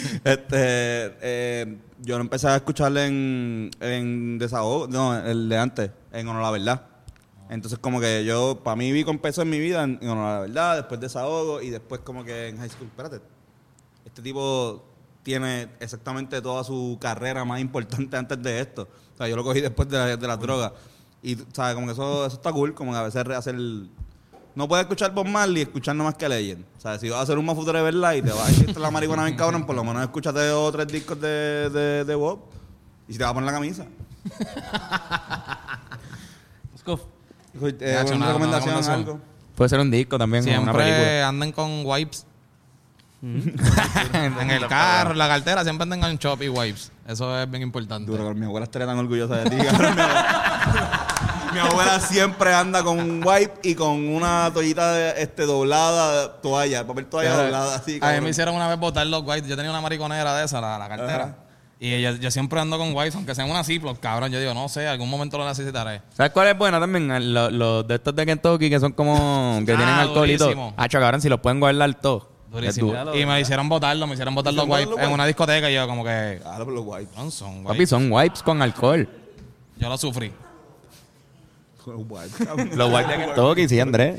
Jay, yo lo empecé a escucharle en Desahogo, no, el de antes, en Honor a la Verdad. Entonces como que para mí Vico empezó en mi vida en Honor a la Verdad, después Desahogo y después como que en High School. Espérate, este tipo tiene exactamente toda su carrera más importante antes de esto. O sea, yo lo cogí después de las drogas. Y, ¿sabes? Como que eso está cool, como que a veces hacer... No puedes escuchar Bob Marley y escuchar nomás que Legend. O sea, si vas a hacer un mafutero de verdad y te vas a decir la marihuana bien cabrón, por lo menos escúchate 2 o 3 discos de Bob. Y si te vas a poner la camisa. Una recomendación, algo. Puede ser un disco también. Siempre una película. anden con wipes. En el carro, en la cartera, siempre anden con shop y wipes. Eso es bien importante. Duro, mi abuela estaría tan orgullosa de ti, cabrón. Mi abuela siempre anda con un wipe y con una toallita doblada, toalla, papel toalla doblada, así. A mí me hicieron una vez botar los wipes. Yo tenía una mariconera de esa, la cartera. Ajá. Y yo siempre ando con wipes, aunque sean una Ziploc, cabrón. Yo digo, no sé, algún momento lo necesitaré. ¿Sabes cuál es buena también? Los de estos de Kentucky que son como... que tienen alcohol y todo. Cabrón, si los pueden guardar todos. Durísimo. Y me hicieron botar los wipes en una discoteca y yo como que... Claro, los wipes. Son wipes. Papi, son wipes con alcohol. Yo lo sufrí. Los wipes de Kentucky, sí, Andrés.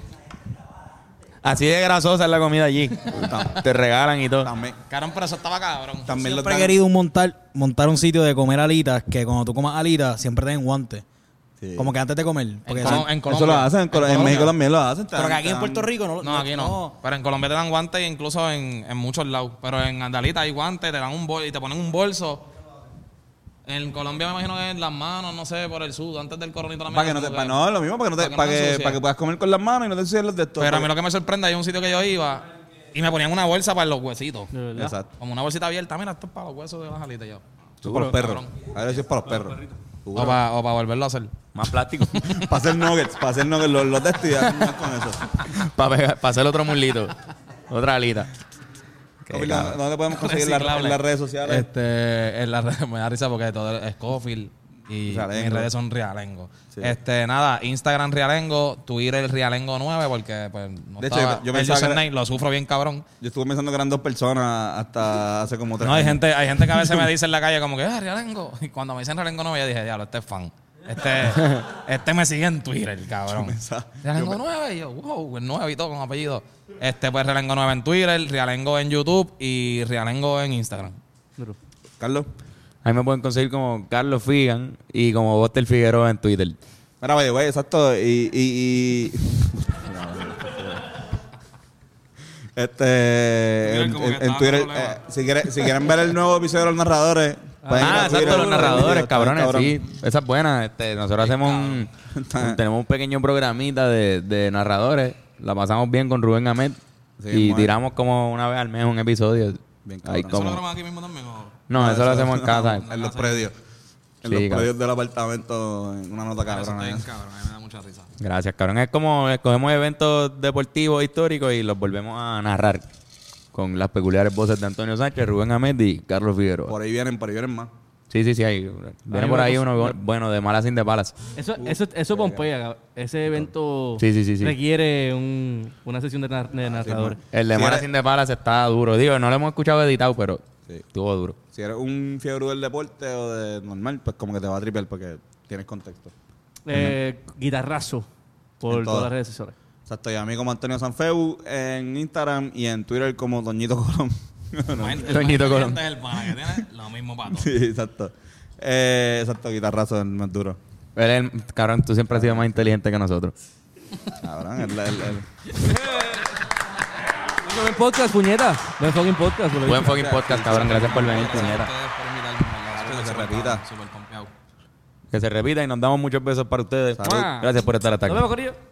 Así de grasosa es la comida allí. Te regalan y todo. También. Cabrón, pero eso estaba cabrón. También siempre he querido montar un sitio de comer alitas que cuando tú comas alitas siempre te den guantes. Sí. Como que antes de comer. Porque en Colombia. Eso lo hacen. En México también lo hacen. Pero que aquí en Puerto Rico no. No, aquí no. Pero en Colombia te dan guantes incluso en muchos lados. Pero en Andalita hay guantes, te dan un bolso y te ponen un bolso. En Colombia me imagino que en las manos, no sé, por el sud, antes del coronito también. Lo mismo, para que puedas comer con las manos y no te ensucies los de estos. Pero a mí lo que me sorprende, hay un sitio que yo iba y me ponían una bolsa para los huesitos. Exacto. Como una bolsita abierta. Mira, esto es para los huesos de las alitas. Yo. Eso es para los perros. A ver si es para los perros. O para volverlo a hacer. Más plástico. Para hacer nuggets, los de estos y ya con eso. Para hacer otro mulito. Otra alita. ¿Dónde podemos conseguir en las redes sociales? En las redes me da risa porque todo es Scofield y mis redes son Realengo. Sí. Nada, Instagram Realengo, Twitter Realengo 9 porque pues no de estaba, hecho, yo pensaba que lo sufro bien cabrón. Yo estuve pensando que eran 2 personas hasta hace como 3 años. No, hay gente que a veces me dice en la calle como que Realengo. Y cuando me dicen Realengo 9 yo dije, diablo, este es fan. Este me sigue en Twitter, cabrón. Realengo 9 y yo, wow, el 9 y todo con apellido. Pues Realengo 9 en Twitter, Realengo en YouTube y Realengo en Instagram. Carlos. Ahí me pueden conseguir como Carlos Figan y como Buster Figueroa en Twitter. Mira, güey, exacto. En Twitter, si quieren ver el nuevo episodio de Los Narradores. Exacto, Los Narradores, cabrones, sí. Esa es buena. Nosotros hacemos tenemos un pequeño programita de narradores. La pasamos bien con Rubén Ahmed. Sí, y tiramos como una vez al mes un episodio. Bien, ¿Eso lo grabamos aquí mismo también? No, eso lo hacemos en casa. En los predios. En los predios del apartamento, en una nota cabrona. Eso está bien, cabrón. A mí me da mucha risa. Gracias, cabrón. Es como escogemos eventos deportivos históricos y los volvemos a narrar con las peculiares voces de Antonio Sánchez, Rubén Ahmed y Carlos Figueroa. Por ahí vienen más. Sí. Viene por ahí uno bueno de Malas in the Palace. Eso pompea. Ese evento Sí. requiere una sesión de narradores. El de Malas in the Palace está duro. Digo, no lo hemos escuchado editado, pero estuvo duro. Si eres un fiebre del deporte o de normal, pues como que te va a tripear porque tienes contexto. Guitarrazo por todas las redes sociales. Exacto, y a mí como Antonio Sanfeu en Instagram y en Twitter como Doñito Colón. Doñito Colón. Es el pana que tiene lo mismo para todos. Sí, exacto, guitarrazo es más duro. Cabrón, tú siempre has sido más inteligente que nosotros. Cabrón, Buen podcast, puñeta. Buen fucking podcast. Buen fucking podcast, cabrón. Gracias por venir, puñeta. Que se repita. Súper confiado. Que se repita y nos damos muchos besos para ustedes. Salud. Gracias por estar hasta aquí. Nos vemos, Corillo.